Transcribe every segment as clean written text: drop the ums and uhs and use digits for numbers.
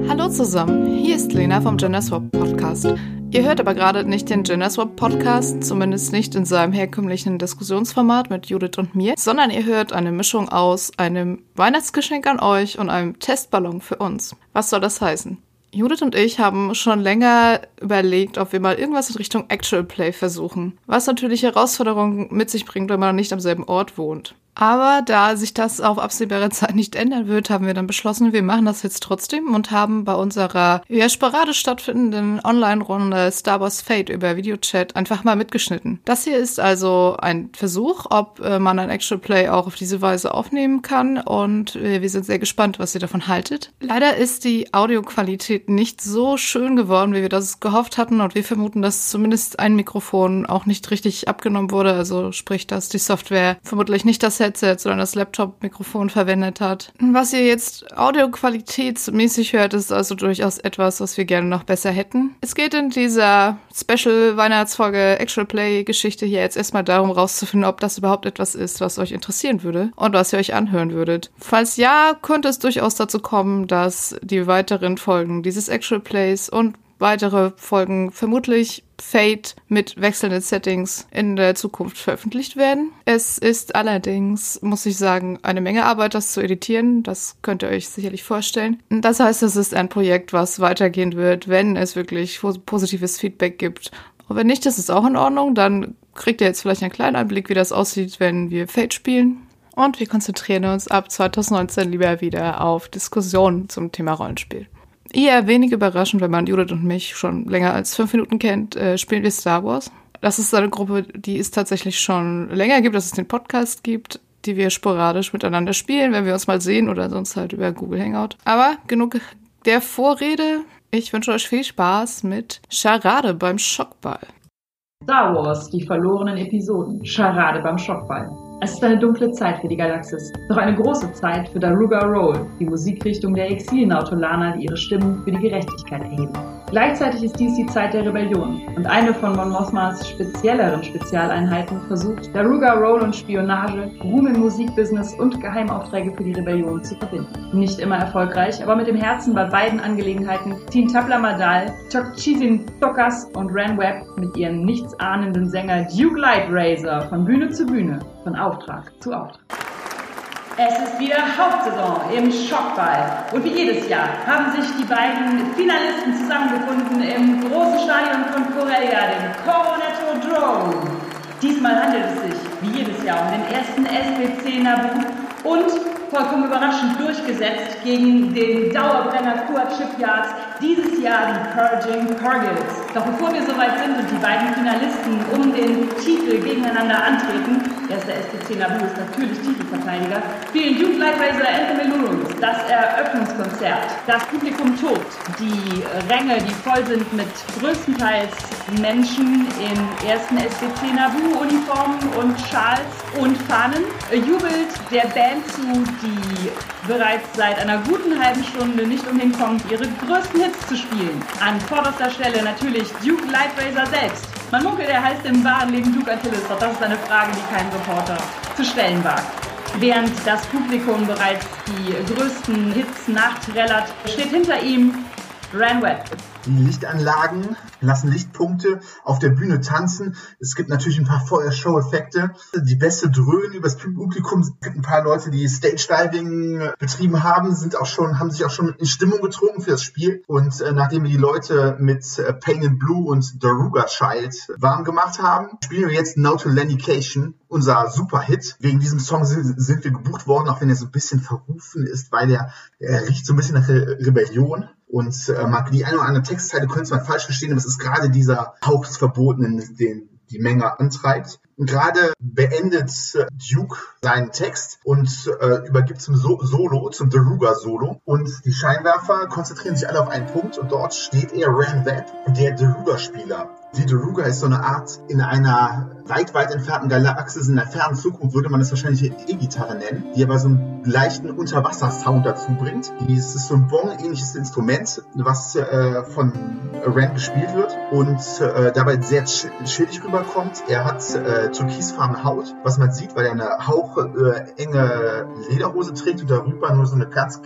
Hallo zusammen, hier ist Lena vom GenderSwap Podcast. Ihr hört aber gerade nicht den GenderSwap Podcast, zumindest nicht in seinem herkömmlichen Diskussionsformat mit Judith und mir, sondern ihr hört eine Mischung aus einem Weihnachtsgeschenk an euch und einem Testballon für uns. Was soll das heißen? Judith und ich haben schon länger überlegt, ob wir mal irgendwas in Richtung Actual Play versuchen, was natürlich Herausforderungen mit sich bringt, wenn man nicht am selben Ort wohnt. Aber da sich das auf absehbare Zeit nicht ändern wird, haben wir dann beschlossen, wir machen das jetzt trotzdem und haben bei unserer sporadisch stattfindenden Online-Runde Star Wars Fate über Videochat einfach mal mitgeschnitten. Das hier ist also ein Versuch, ob man ein Actual Play auch auf diese Weise aufnehmen kann, und wir sind sehr gespannt, was ihr davon haltet. Leider ist die Audioqualität nicht so schön geworden, wie wir das gehofft hatten, und wir vermuten, dass zumindest ein Mikrofon auch nicht richtig abgenommen wurde, also sprich, dass die Software vermutlich nicht das Headset, sondern das Laptop-Mikrofon verwendet hat. Was ihr jetzt audioqualitätsmäßig hört, ist also durchaus etwas, was wir gerne noch besser hätten. Es geht in dieser Special-Weihnachtsfolge Actual Play-Geschichte hier jetzt erstmal darum, rauszufinden, ob das überhaupt etwas ist, was euch interessieren würde und was ihr euch anhören würdet. Falls ja, könnte es durchaus dazu kommen, dass die weiteren Folgen dieses Actual Plays und weitere Folgen vermutlich Fate mit wechselnden Settings in der Zukunft veröffentlicht werden. Es ist allerdings, muss ich sagen, eine Menge Arbeit, das zu editieren. Das könnt ihr euch sicherlich vorstellen. Das heißt, es ist ein Projekt, was weitergehen wird, wenn es wirklich positives Feedback gibt. Und wenn nicht, das ist auch in Ordnung. Dann kriegt ihr jetzt vielleicht einen kleinen Einblick, wie das aussieht, wenn wir Fate spielen. Und wir konzentrieren uns ab 2019 lieber wieder auf Diskussionen zum Thema Rollenspiel. Eher wenig überraschend, wenn man Judith und mich schon länger als 5 Minuten kennt, spielen wir Star Wars. Das ist eine Gruppe, die es tatsächlich schon länger gibt, dass es den Podcast gibt, die wir sporadisch miteinander spielen, wenn wir uns mal sehen oder sonst halt über Google Hangout. Aber genug der Vorrede. Ich wünsche euch viel Spaß mit Scharade beim Schockball. Star Wars, die verlorenen Episoden. Scharade beim Schockball. Es ist eine dunkle Zeit für die Galaxis, doch eine große Zeit für Daruga Roll, die Musikrichtung der Exil-Nautolaner, die ihre Stimmen für die Gerechtigkeit erheben. Gleichzeitig ist dies die Zeit der Rebellion, und eine von Mon Mothmas spezielleren Spezialeinheiten versucht, Daruga Roll und Spionage, Ruhm im Musikbusiness und Geheimaufträge für die Rebellion zu verbinden. Nicht immer erfolgreich, aber mit dem Herzen bei beiden Angelegenheiten ziehen Tabla Madal, Chokchizin Tokas und Ran Webb mit ihren nichtsahnenden Sänger Duke Lightrazor von Bühne zu Bühne, von Auftrag zu Auftrag. Es ist wieder Hauptsaison im Schockball. Und wie jedes Jahr haben sich die beiden Finalisten zusammengefunden im großen Stadion von Corellia, dem Coronetto Drome. Diesmal handelt es sich, wie jedes Jahr, um den ersten SBC Naboo und vollkommen überraschend durchgesetzt gegen den Dauerbrenner Kuat Shipyards, dieses Jahr die Purging Purgils. Doch bevor wir soweit sind und die beiden Finalisten um den Titel gegeneinander antreten, erster SPC Naboo ist natürlich Titelverteidiger, spielen Duke Lightrazor and the Melurums das Eröffnungskonzert. Das Publikum tobt. Die Ränge, die voll sind mit größtenteils Menschen in ersten SPC Naboo Uniformen und Schals und Fahnen, jubelt der Band zu, die bereits seit einer guten halben Stunde nicht umhin kommt, ihre größten Hits zu spielen. An vorderster Stelle natürlich Duke Lightrazor selbst. Man munkelt, er heißt im wahren Leben Duke Antilles, doch das ist eine Frage, die kein Reporter zu stellen wagt. Während das Publikum bereits die größten Hits nachträllert, steht hinter ihm Ran Webb. Die Lichtanlagen lassen Lichtpunkte auf der Bühne tanzen. Es gibt natürlich ein paar Feuershow-Effekte. Die Bässe dröhnen übers Publikum. Es gibt ein paar Leute, die Stage-Diving betrieben haben, haben sich auch schon in Stimmung getrunken für das Spiel. Und nachdem wir die Leute mit Pain in Blue und Daruga Child warm gemacht haben, spielen wir jetzt Nautolanication, unser Superhit. Wegen diesem Song sind wir gebucht worden, auch wenn er so ein bisschen verrufen ist, weil er riecht so ein bisschen nach Rebellion. Und die eine oder andere Textzeile könnte man falsch verstehen, aber es ist gerade dieser Hauch des Verbotenen, den die Menge antreibt. Und gerade beendet Duke seinen Text und übergibt zum Daruga-Solo. Und die Scheinwerfer konzentrieren sich alle auf einen Punkt und dort steht Ran Webb, der Daruga-Spieler. Die Daruga ist so eine Art, in einer weit entfernten Galaxis, in der fernen Zukunft würde man das wahrscheinlich E-Gitarre nennen, die aber so einen leichten Unterwasser-Sound dazu bringt. Es ist so ein Bong-ähnliches Instrument, was von Rand gespielt wird und dabei sehr chillig rüberkommt. Er hat türkisfarbene Haut, was man sieht, weil er eine hauchenge Lederhose trägt und darüber nur so eine ganz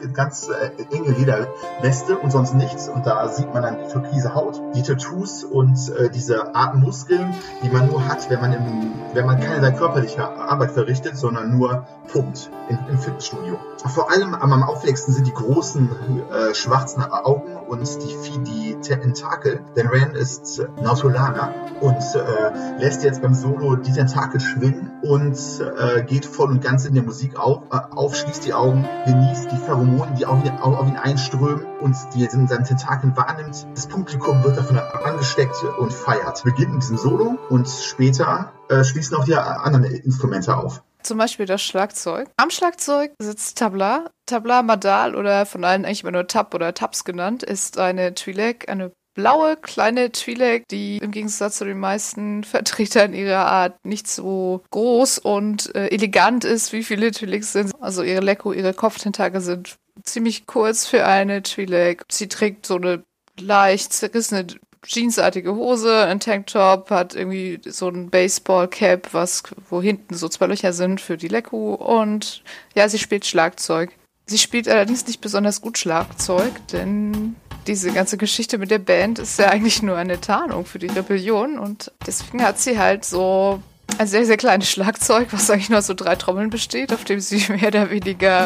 enge Lederweste und sonst nichts. Und da sieht man dann die türkise Haut, die Tattoos und diese Art Muskeln, die man nur hat, wenn man keinerlei körperliche Arbeit verrichtet, sondern nur pumpt im Fitnessstudio. Vor allem am auffälligsten sind die großen schwarzen Augen und die Tentakel, denn Rand ist Nautolaner und lässt jetzt beim Solo die Tentakel schwingen und geht voll und ganz in der Musik auf, schließt die Augen, genießt die Pheromone, die auf ihn einströmen und die er in seinen Tentakeln wahrnimmt. Das Publikum wird davon angesteckt und feiert. Beginnt mit diesem Solo und später schließen auch die anderen Instrumente auf. Zum Beispiel das Schlagzeug. Am Schlagzeug sitzt Tabla. Tabla Madal oder von allen eigentlich immer nur Tab oder Tabs genannt, ist eine Twi'lek, eine blaue kleine Twi'lek, die im Gegensatz zu den meisten Vertretern ihrer Art nicht so groß und elegant ist, wie viele Twi'leks sind. Also ihre Lekku, ihre Kopftentakel sind ziemlich kurz für eine Twi'lek. Sie trägt so eine leicht zerrissene jeansartige Hose, ein Tanktop, hat irgendwie so ein Baseball-Cap, wo hinten so 2 Löcher sind für die Lekku und ja, sie spielt Schlagzeug. Sie spielt allerdings nicht besonders gut Schlagzeug, denn diese ganze Geschichte mit der Band ist ja eigentlich nur eine Tarnung für die Rebellion und deswegen hat sie halt so ein sehr, sehr kleines Schlagzeug, was eigentlich nur aus so 3 Trommeln besteht, auf dem sie mehr oder weniger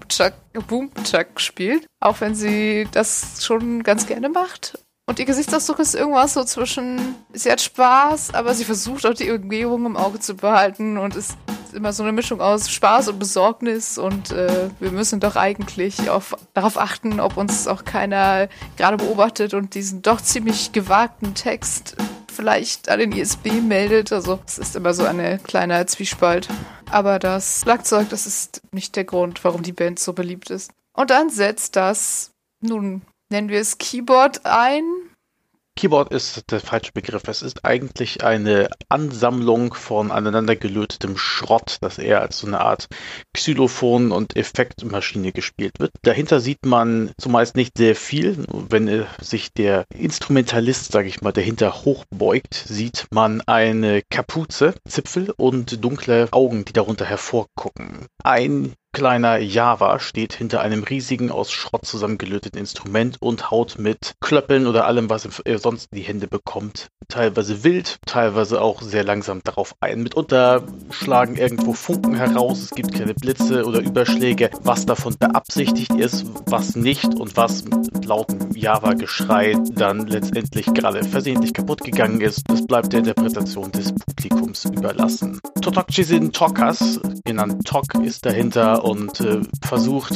Boom-Chuck spielt, auch wenn sie das schon ganz gerne macht. Und ihr Gesichtsausdruck ist irgendwas so zwischen, sie hat Spaß, aber sie versucht auch die Umgebung im Auge zu behalten und ist immer so eine Mischung aus Spaß und Besorgnis und wir müssen doch eigentlich darauf achten, ob uns auch keiner gerade beobachtet und diesen doch ziemlich gewagten Text vielleicht an den ISB meldet. Also es ist immer so ein kleiner Zwiespalt. Aber das Schlagzeug, das ist nicht der Grund, warum die Band so beliebt ist. Und dann setzt das, nun nennen wir es Keyboard ein. Keyboard ist der falsche Begriff. Es ist eigentlich eine Ansammlung von aneinandergelötetem Schrott, das eher als so eine Art Xylophon und Effektmaschine gespielt wird. Dahinter sieht man zumeist nicht sehr viel. Wenn sich der Instrumentalist, sage ich mal, dahinter hochbeugt, sieht man eine Kapuze, Zipfel und dunkle Augen, die darunter hervorgucken. Ein kleiner Java steht hinter einem riesigen, aus Schrott zusammengelöteten Instrument und haut mit Klöppeln oder allem, was er sonst in die Hände bekommt, teilweise wild, teilweise auch sehr langsam darauf ein. Mitunter schlagen irgendwo Funken heraus, es gibt keine Blitze oder Überschläge, was davon beabsichtigt ist, was nicht und was mit lautem Java-Geschrei dann letztendlich gerade versehentlich kaputt gegangen ist. Das bleibt der Interpretation des Publikums überlassen. Totokchisin Tokas, genannt Tok, ist dahinter und versucht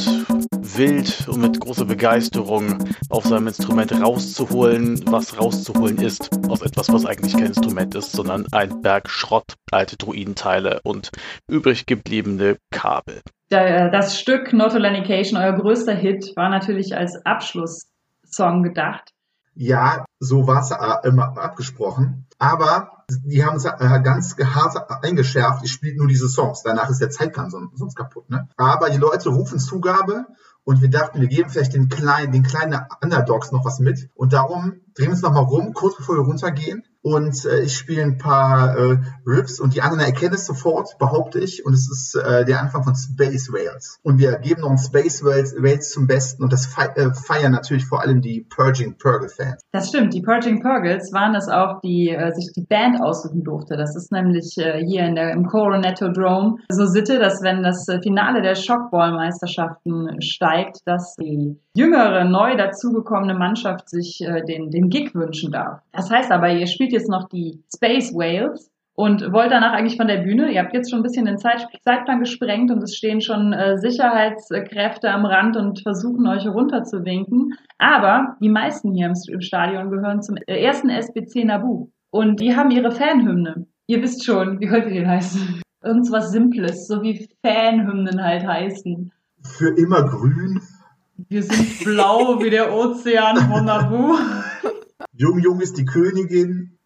wild und mit großer Begeisterung auf seinem Instrument rauszuholen, was rauszuholen ist aus etwas, was eigentlich kein Instrument ist, sondern ein Berg Schrott, alte Druidenteile und übrig gebliebene Kabel. Das Stück Nautolanication, euer größter Hit, war natürlich als Abschlusssong gedacht. Ja, so war es immer abgesprochen. Aber die haben es ganz hart eingeschärft, ich spiele nur diese Songs. Danach ist der Zeitplan sonst kaputt. Ne? Aber die Leute rufen Zugabe und wir dachten, wir geben vielleicht den kleinen Underdogs noch was mit. Und darum drehen wir uns nochmal rum, kurz bevor wir runtergehen. Und ich spiele ein paar Riffs und die anderen erkennen es sofort, behaupte ich. Und es ist der Anfang von Space Whales. Und wir geben noch einen Space Whales zum Besten. Und das feiern natürlich vor allem die Purging Purgle-Fans. Das stimmt, die Purging Purgles waren es auch, die sich die Band aussuchen durfte. Das ist nämlich hier im Coronetto Dome so Sitte, dass wenn das Finale der Shockball-Meisterschaften steigt, dass die jüngere, neu dazugekommene Mannschaft sich den Gig wünschen darf. Das heißt aber, ihr spielt jetzt noch die Space Whales und wollt danach eigentlich von der Bühne. Ihr habt jetzt schon ein bisschen den Zeitplan gesprengt und es stehen schon Sicherheitskräfte am Rand und versuchen euch runterzuwinken. Aber die meisten hier im Stadion gehören zum ersten SBC Naboo und die haben ihre Fanhymne. Ihr wisst schon, wie könnte die heißen? Irgendwas Simples, so wie Fanhymnen halt heißen. Für immer grün. Wir sind blau wie der Ozean von Naboo. Jung ist die Königin.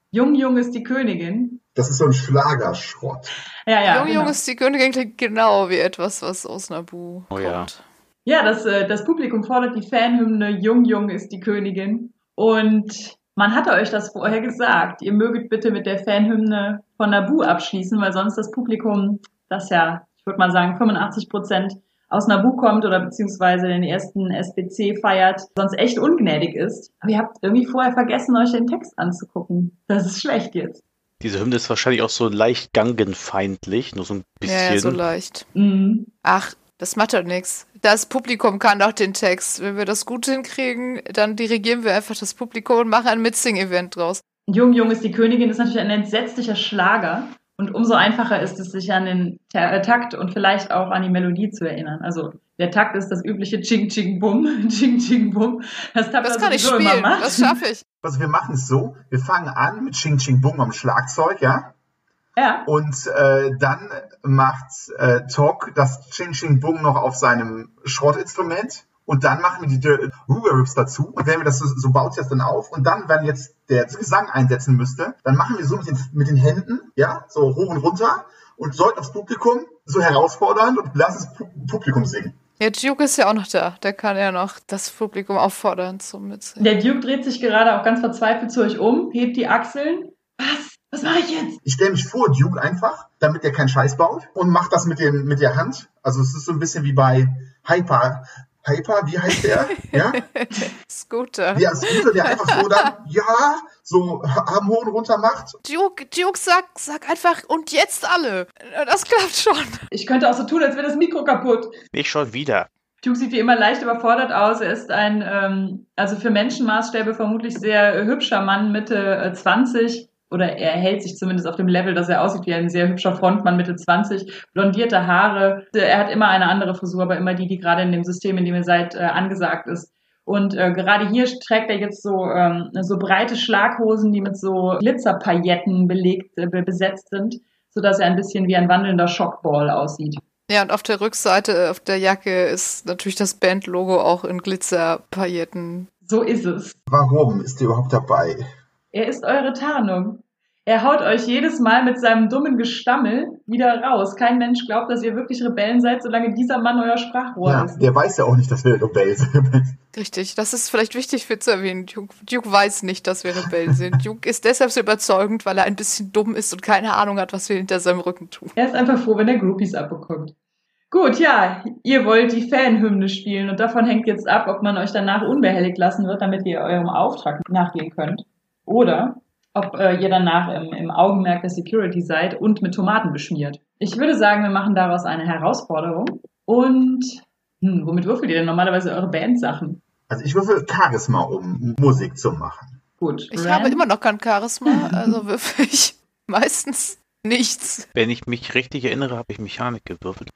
Jung, Jung ist die Königin. Das ist so ein Schlagerschrott. Ja, Jung, Jung ist die Königin klingt genau wie etwas, was aus Naboo kommt. Ja. Ja, das Publikum fordert die Fanhymne Jung, Jung ist die Königin. Und man hatte euch das vorher gesagt. Ihr möget bitte mit der Fanhymne von Naboo abschließen, weil sonst das Publikum, das ja, ich würde mal sagen, 85% aus Naboo kommt oder beziehungsweise den ersten SBC feiert, sonst echt ungnädig ist. Aber ihr habt irgendwie vorher vergessen, euch den Text anzugucken. Das ist schlecht jetzt. Diese Hymne ist wahrscheinlich auch so leicht gangenfeindlich, nur so ein bisschen. Ja, so leicht. Mhm. Ach, das macht doch nichts. Das Publikum kann doch den Text. Wenn wir das gut hinkriegen, dann dirigieren wir einfach das Publikum und machen ein Mitsing-Event draus. Jung, Jung ist die Königin ist natürlich ein entsetzlicher Schlager. Und umso einfacher ist es, sich an den Takt und vielleicht auch an die Melodie zu erinnern. Also der Takt ist das übliche Ching, Ching, Bum, Ching, Ching, Bum. Das kann ich spielen, das schaffe ich. Also wir machen es so, wir fangen an mit Ching, Ching, Bum am Schlagzeug, ja? Ja. Und dann macht Tok das Ching, Ching, Bum noch auf seinem Schrottinstrument. Und dann machen wir die Ruger-Riffs dazu. Und wenn wir das so baut sich das dann auf. Und dann, wenn jetzt der Gesang einsetzen müsste, dann machen wir so mit den Händen, ja, so hoch und runter und sollten aufs Publikum so herausfordern und lassen das Publikum singen. Ja, Duke ist ja auch noch da. Der kann ja noch das Publikum auffordern zum Mitsingen. Der Duke dreht sich gerade auch ganz verzweifelt zu euch um, hebt die Achseln. Was mache ich jetzt? Ich stelle mich vor Duke einfach, damit der keinen Scheiß baut und mache das mit der Hand. Also es ist so ein bisschen wie bei Hyper, wie heißt der? Ja? Scooter. Ja, Scooter, der einfach so dann, so am hoch und runter macht. Duke, sag einfach, und jetzt alle. Das klappt schon. Ich könnte auch so tun, als wäre das Mikro kaputt. Nicht schon wieder. Duke sieht wie immer leicht überfordert aus. Er ist ein, also für Menschenmaßstäbe vermutlich sehr hübscher Mann, Mitte 20. Oder er hält sich zumindest auf dem Level, dass er aussieht wie ein sehr hübscher Frontmann, Mitte 20, blondierte Haare. Er hat immer eine andere Frisur, aber immer die gerade in dem System, in dem ihr seid, angesagt ist. Und gerade hier trägt er jetzt so breite Schlaghosen, die mit so Glitzerpailletten besetzt sind, sodass er ein bisschen wie ein wandelnder Schockball aussieht. Ja, und auf der Rückseite, auf der Jacke, ist natürlich das Bandlogo auch in Glitzerpailletten. So ist es. Warum ist er überhaupt dabei? Er ist eure Tarnung. Er haut euch jedes Mal mit seinem dummen Gestammel wieder raus. Kein Mensch glaubt, dass ihr wirklich Rebellen seid, solange dieser Mann euer Sprachrohr ist. Der weiß ja auch nicht, dass wir Rebellen sind. Richtig, das ist vielleicht wichtig für zu erwähnen. Duke weiß nicht, dass wir Rebellen sind. Duke ist deshalb so überzeugend, weil er ein bisschen dumm ist und keine Ahnung hat, was wir hinter seinem Rücken tun. Er ist einfach froh, wenn er Groupies abbekommt. Gut, ja, ihr wollt die Fanhymne spielen und davon hängt jetzt ab, ob man euch danach unbehelligt lassen wird, damit ihr eurem Auftrag nachgehen könnt. Oder ob ihr danach im Augenmerk der Security seid und mit Tomaten beschmiert. Ich würde sagen, wir machen daraus eine Herausforderung. Und womit würfelt ihr denn normalerweise eure Bandsachen? Also ich würfel Charisma, um Musik zu machen. Gut. Ich habe immer noch kein Charisma, also würfel ich meistens nichts. Wenn ich mich richtig erinnere, habe ich Mechanik gewürfelt.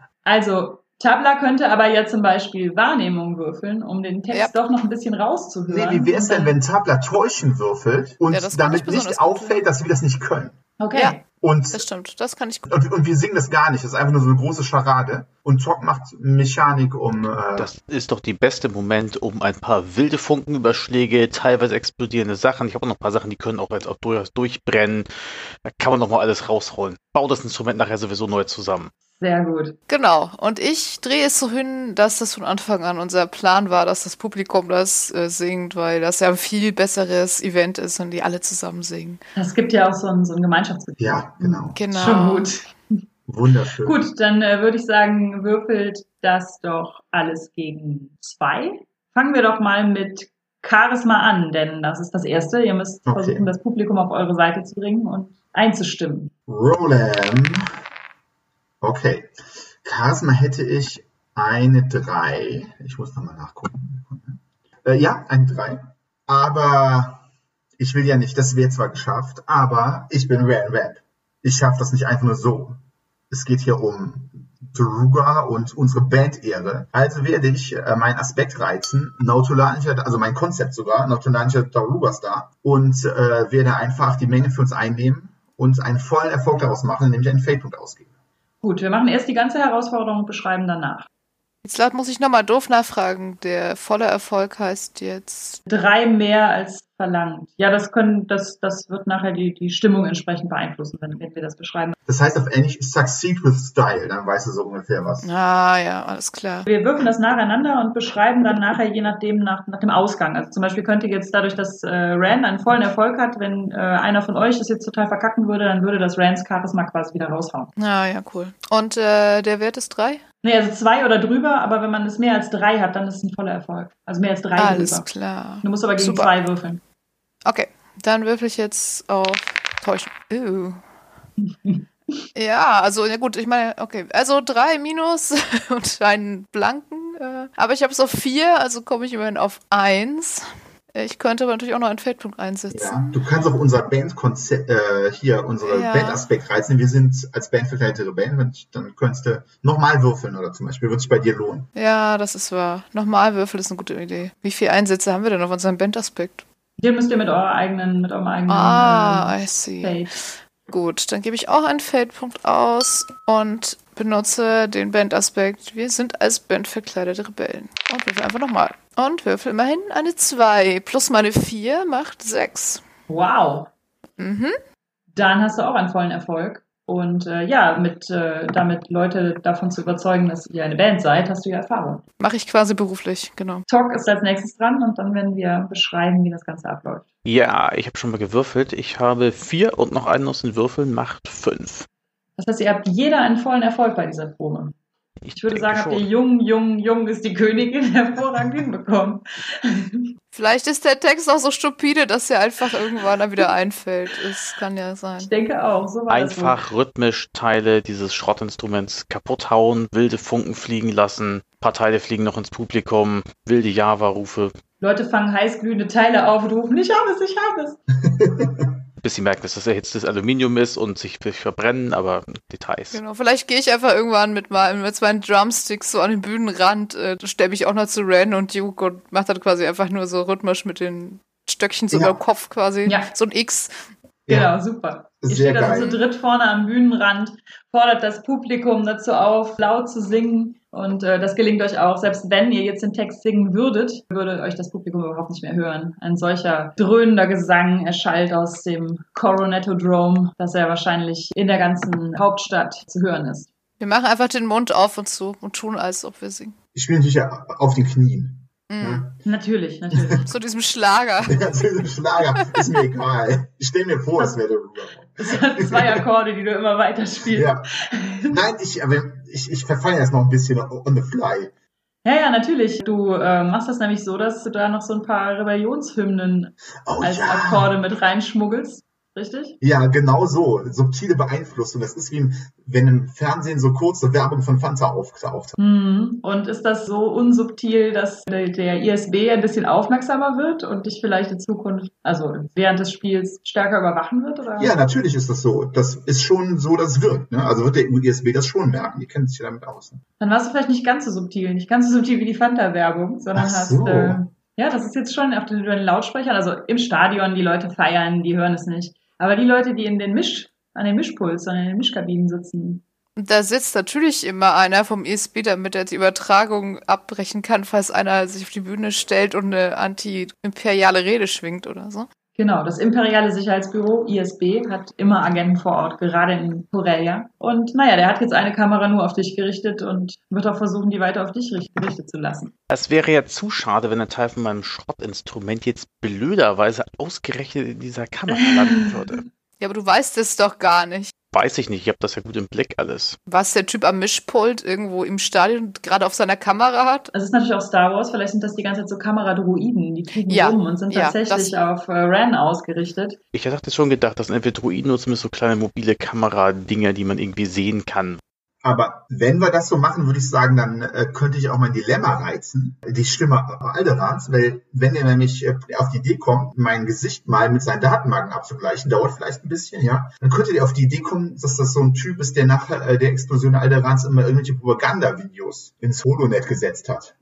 Also Tabla könnte aber ja zum Beispiel Wahrnehmung würfeln, um den Text doch noch ein bisschen rauszuhören. Nee, wie wäre es denn, wenn Tabla Täuschen würfelt und damit nicht auffällt, dass wir das nicht können? Okay. Ja, und das stimmt, das kann ich gut. Und wir singen das gar nicht, das ist einfach nur so eine große Scharade. Und Tok macht Mechanik Das ist doch der beste Moment, um ein paar wilde Funkenüberschläge, teilweise explodierende Sachen. Ich habe auch noch ein paar Sachen, die können auch jetzt auch durchaus durchbrennen. Da kann man noch mal alles rausholen. Bau das Instrument nachher sowieso neu zusammen. Sehr gut. Genau. Und ich drehe es so hin, dass das von Anfang an unser Plan war, dass das Publikum das singt, weil das ja ein viel besseres Event ist und die alle zusammen singen. Es gibt ja auch so ein Gemeinschaftsgefühl. Ja, genau. Schon gut. Wunderschön. Gut, dann würde ich sagen, würfelt das doch alles gegen 2. Fangen wir doch mal mit Charisma an, denn das ist das Erste. Ihr müsst versuchen, das Publikum auf eure Seite zu bringen und einzustimmen. Roland. Okay. Charisma hätte ich eine 3. Ich muss nochmal nachgucken. Ja, eine 3. Aber ich will ja nicht, das wäre zwar geschafft, aber ich bin Rap. Ich schaffe das nicht einfach nur so. Es geht hier um Daruga und unsere Bandehre. Also werde ich meinen Aspekt reizen, nautolanischer, also mein Konzept sogar, nautolanischer Daruga-Star, und werde einfach die Menge für uns einnehmen und einen vollen Erfolg daraus machen, indem ich einen Fade-Punkt ausgebe. Gut, wir machen erst die ganze Herausforderung und beschreiben danach. Jetzt muss ich nochmal doof nachfragen. Der volle Erfolg heißt jetzt 3 mehr als verlangt. Ja, das wird nachher die Stimmung entsprechend beeinflussen, wenn wir das beschreiben. Das heißt auf Englisch Succeed with Style, dann weißt du so ungefähr was. Ah ja, alles klar. Wir würfeln das nacheinander und beschreiben dann nachher je nachdem nach dem Ausgang. Also zum Beispiel könnte jetzt dadurch, dass Ran einen vollen Erfolg hat, wenn einer von euch das jetzt total verkacken würde, dann würde das Rans Charisma quasi wieder raushauen. Ah ja, cool. Und der Wert ist 3? Nee, also 2 oder drüber, aber wenn man es mehr als 3 hat, dann ist es ein voller Erfolg. Also mehr als 3 alles drüber. Klar. Du musst aber gegen 2 würfeln. Okay, dann würfel ich jetzt auf Täuschen. Ja, also, ja gut, ich meine, okay, also 3 minus und einen blanken, aber ich habe es auf 4, also komme ich immerhin auf 1. Ich könnte aber natürlich auch noch einen Feldpunkt einsetzen. Ja, du kannst auch unser Bandkonzept, Bandaspekt reizen. Wir sind als Band verkleidete Rebellen, dann könntest du nochmal würfeln oder zum Beispiel, würde sich bei dir lohnen. Ja, das ist wahr. Nochmal würfeln ist eine gute Idee. Wie viele Einsätze haben wir denn auf unserem Bandaspekt? Den müsst ihr mit eurem eigenen I see. Feld. Gut, dann gebe ich auch einen Feldpunkt aus und benutze den Bandaspekt. Wir sind als Band verkleidete Rebellen. Und würfel einfach nochmal. Und würfel immerhin eine 2. Plus meine 4 macht 6. Wow. Mhm. Dann hast du auch einen vollen Erfolg. Und damit Leute davon zu überzeugen, dass ihr eine Band seid, hast du ja Erfahrung. Mache ich quasi beruflich, genau. Talk ist als nächstes dran und dann werden wir beschreiben, wie das Ganze abläuft. Ja, ich habe schon mal gewürfelt. Ich habe 4 und noch einen aus den Würfeln macht 5. Das heißt, ihr habt jeder einen vollen Erfolg bei dieser Probe. Ich würde sagen, habt ihr Jung ist die Königin hervorragend hinbekommen. Vielleicht ist der Text auch so stupide, dass er einfach irgendwann dann wieder einfällt. Das kann ja sein. Ich denke auch. So war Einfach rhythmisch Teile dieses Schrottinstruments kaputt hauen, wilde Funken fliegen lassen, ein paar Teile fliegen noch ins Publikum, wilde Java-Rufe. Leute fangen heißglühende Teile auf und rufen, ich habe es. Bis sie merken, dass das erhitztes Aluminium ist und sich verbrennen, aber Details. Genau, vielleicht gehe ich einfach irgendwann mit meinen Drumsticks so an den Bühnenrand, stelle mich auch noch zu Ren und Duke und mache dann quasi einfach nur so rhythmisch mit den Stöckchen so über dem Kopf quasi, so ein X. Genau, super. Ihr steht also zu dritt vorne am Bühnenrand, fordert das Publikum dazu auf, laut zu singen. Und das gelingt euch auch. Selbst wenn ihr jetzt den Text singen würdet, würde euch das Publikum überhaupt nicht mehr hören. Ein solcher dröhnender Gesang erschallt aus dem Coronetto-Dome, dass er wahrscheinlich in der ganzen Hauptstadt zu hören ist. Wir machen einfach den Mund auf und zu und tun, als ob wir singen. Ich bin natürlich auf den Knien. Ja. Natürlich. Zu diesem Schlager. Ja, zu diesem Schlager. Ist mir egal. Ich stelle mir vor, es wäre der Ruger. Es hat 2 Akkorde, die du immer weiter spielst. Ja. Nein, ich verfeine das noch ein bisschen on the fly. Ja, natürlich. Du machst das nämlich so, dass du da noch so ein paar Rebellionshymnen als Akkorde mit reinschmuggelst. Richtig? Ja, genau so. Subtile Beeinflussung. Das ist wie wenn im Fernsehen so kurze Werbung von Fanta auftaucht. Und ist das so unsubtil, dass der ISB ein bisschen aufmerksamer wird und dich vielleicht in Zukunft, also während des Spiels, stärker überwachen wird? Oder? Ja, natürlich ist das so. Das ist schon so, dass es wirkt. Ne? Also wird der ISB das schon merken. Die kennen sich ja damit aus. Ne? Dann warst du vielleicht nicht ganz so subtil wie die Fanta-Werbung, sondern hast... das ist jetzt schon auf den Lautsprechern, also im Stadion, die Leute feiern, die hören es nicht. Aber die Leute, die an den Mischpuls, an den Mischkabinen sitzen. Und da sitzt natürlich immer einer vom ISB, damit er die Übertragung abbrechen kann, falls einer sich auf die Bühne stellt und eine anti-imperiale Rede schwingt oder so. Genau, das Imperiale Sicherheitsbüro, ISB, hat immer Agenten vor Ort, gerade in Corellia. Und der hat jetzt eine Kamera nur auf dich gerichtet und wird auch versuchen, die weiter auf dich gerichtet zu lassen. Es wäre ja zu schade, wenn ein Teil von meinem Schrottinstrument jetzt blöderweise ausgerechnet in dieser Kamera landen würde. Ja, aber du weißt es doch gar nicht. Weiß ich nicht, ich habe das ja gut im Blick alles. Was der Typ am Mischpult irgendwo im Stadion gerade auf seiner Kamera hat? Also es ist natürlich auch Star Wars, vielleicht sind das die ganze Zeit so Kameradroiden, die fliegen rum und sind tatsächlich auf Ren ausgerichtet. Ich hatte schon gedacht, das sind entweder Droiden oder zumindest so kleine mobile Kameradinger, die man irgendwie sehen kann. Aber wenn wir das so machen, würde ich sagen, dann könnte ich auch mein Dilemma reizen, die Stimme Alderans, weil wenn er nämlich auf die Idee kommt, mein Gesicht mal mit seinen Datenbanken abzugleichen, dauert vielleicht ein bisschen, dann könnte der auf die Idee kommen, dass das so ein Typ ist, der nach der Explosion Alderans immer irgendwelche Propagandavideos ins Holonet gesetzt hat.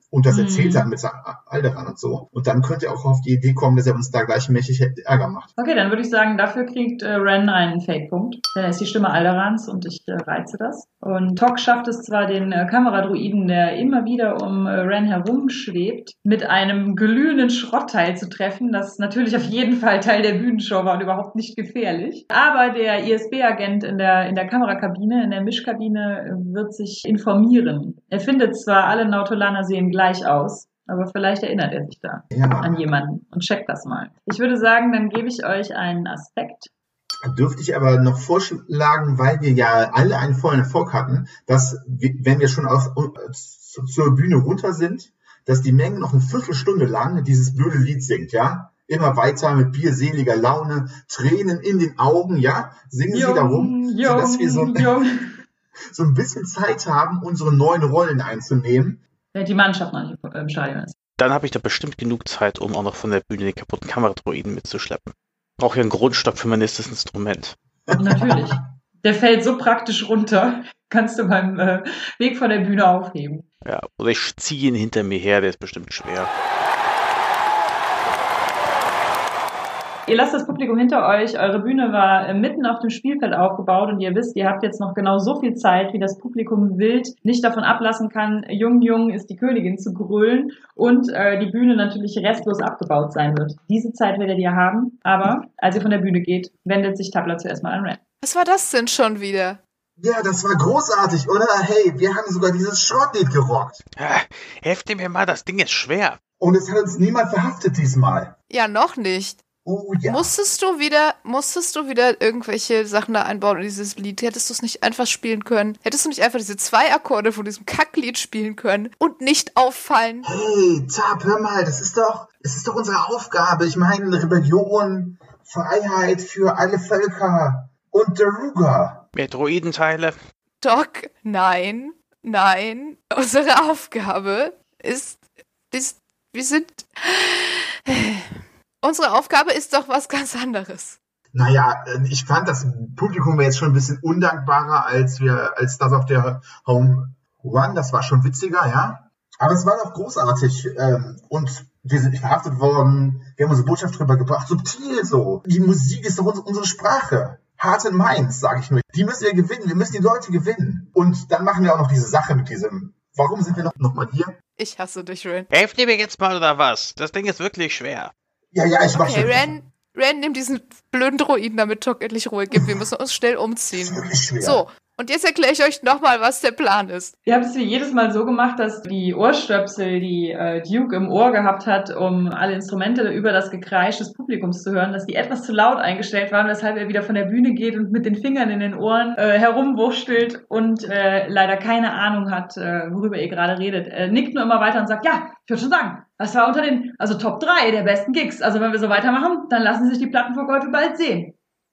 und das erzählt hat mit Alderaan und so. Und dann könnte er auch auf die Idee kommen, dass er uns da gleich mächtig Ärger macht. Okay, dann würde ich sagen, dafür kriegt Ren einen Fake-Punkt. Denn er ist die Stimme Alderaans und ich reize das. Und Tok schafft es zwar, den Kameradruiden, der immer wieder um Ren herumschwebt, mit einem glühenden Schrottteil zu treffen, das natürlich auf jeden Fall Teil der Bühnenshow war und überhaupt nicht gefährlich. Aber der ISB-Agent in der Kamerakabine, in der Mischkabine, wird sich informieren. Er findet zwar, alle Nautolaner sehen gleich aus, aber vielleicht erinnert er sich da an jemanden und checkt das mal. Ich würde sagen, dann gebe ich euch einen Aspekt. Dürfte ich aber noch vorschlagen, weil wir ja alle einen vollen Erfolg hatten, dass, wenn wir schon zur Bühne runter sind, dass die Menge noch eine Viertelstunde lang dieses blöde Lied singt, ja? Immer weiter mit bierseliger Laune, Tränen in den Augen, ja? Singen sie da rum, sodass wir so ein bisschen Zeit haben, unsere neuen Rollen einzunehmen. Die Mannschaft noch nicht im Stadion ist. Dann habe ich da bestimmt genug Zeit, um auch noch von der Bühne den kaputten Kameradroiden mitzuschleppen. Brauche ja einen Grundstock für mein nächstes Instrument. Natürlich. Der fällt so praktisch runter, kannst du beim Weg von der Bühne aufheben. Ja, oder ich ziehe ihn hinter mir her, der ist bestimmt schwer. Ihr lasst das Publikum hinter euch. Eure Bühne war mitten auf dem Spielfeld aufgebaut und ihr wisst, ihr habt jetzt noch genau so viel Zeit, wie das Publikum wild nicht davon ablassen kann, Jung ist die Königin zu grölen und die Bühne natürlich restlos abgebaut sein wird. Diese Zeit werdet ihr haben, aber als ihr von der Bühne geht, wendet sich Tabla zuerst mal an Ren. Was war das denn schon wieder? Ja, das war großartig, oder? Hey, wir haben sogar dieses Schrottlied gerockt. Helft mir mal, das Ding ist schwer. Und es hat uns niemand verhaftet diesmal. Ja, noch nicht. Oh ja. Musstest du wieder irgendwelche Sachen da einbauen in dieses Lied? Hättest du es nicht einfach spielen können? Hättest du nicht einfach diese 2 Akkorde von diesem Kacklied spielen können und nicht auffallen? Hey, Tab, hör mal, es ist doch unsere Aufgabe. Ich meine, Rebellion, Freiheit für alle Völker und Daruga. Mehr Droidenteile. Doc, nein. Unsere Aufgabe ist, unsere Aufgabe ist doch was ganz anderes. Naja, ich fand, das Publikum war jetzt schon ein bisschen undankbarer als das auf der Home One. Das war schon witziger, ja. Aber es war doch großartig. Und wir sind nicht verhaftet worden. Wir haben unsere Botschaft rübergebracht. Subtil so. Die Musik ist doch unsere Sprache. Heart and Minds, sage ich nur. Die müssen wir gewinnen. Wir müssen die Leute gewinnen. Und dann machen wir auch noch diese Sache mit diesem... Warum sind wir noch mal hier? Ich hasse dich, Ren. Helft mir jetzt mal oder was? Das Ding ist wirklich schwer. Ja, ich mach schon. Ren, nimm diesen blöden Droiden, damit Tok endlich Ruhe gibt. Wir müssen uns schnell umziehen. Das ist wirklich schwer. So, und jetzt erkläre ich euch nochmal, was der Plan ist. Ihr habt es wie jedes Mal so gemacht, dass die Ohrstöpsel, die Duke im Ohr gehabt hat, um alle Instrumente über das Gekreisch des Publikums zu hören, dass die etwas zu laut eingestellt waren, weshalb er wieder von der Bühne geht und mit den Fingern in den Ohren herumwurschtelt und leider keine Ahnung hat, worüber ihr gerade redet. Nickt nur immer weiter und sagt, ja, ich würde schon sagen, das war unter den, Top 3 der besten Gigs. Also wenn wir so weitermachen, dann lassen sich die Plattenverkäufe bald sehen.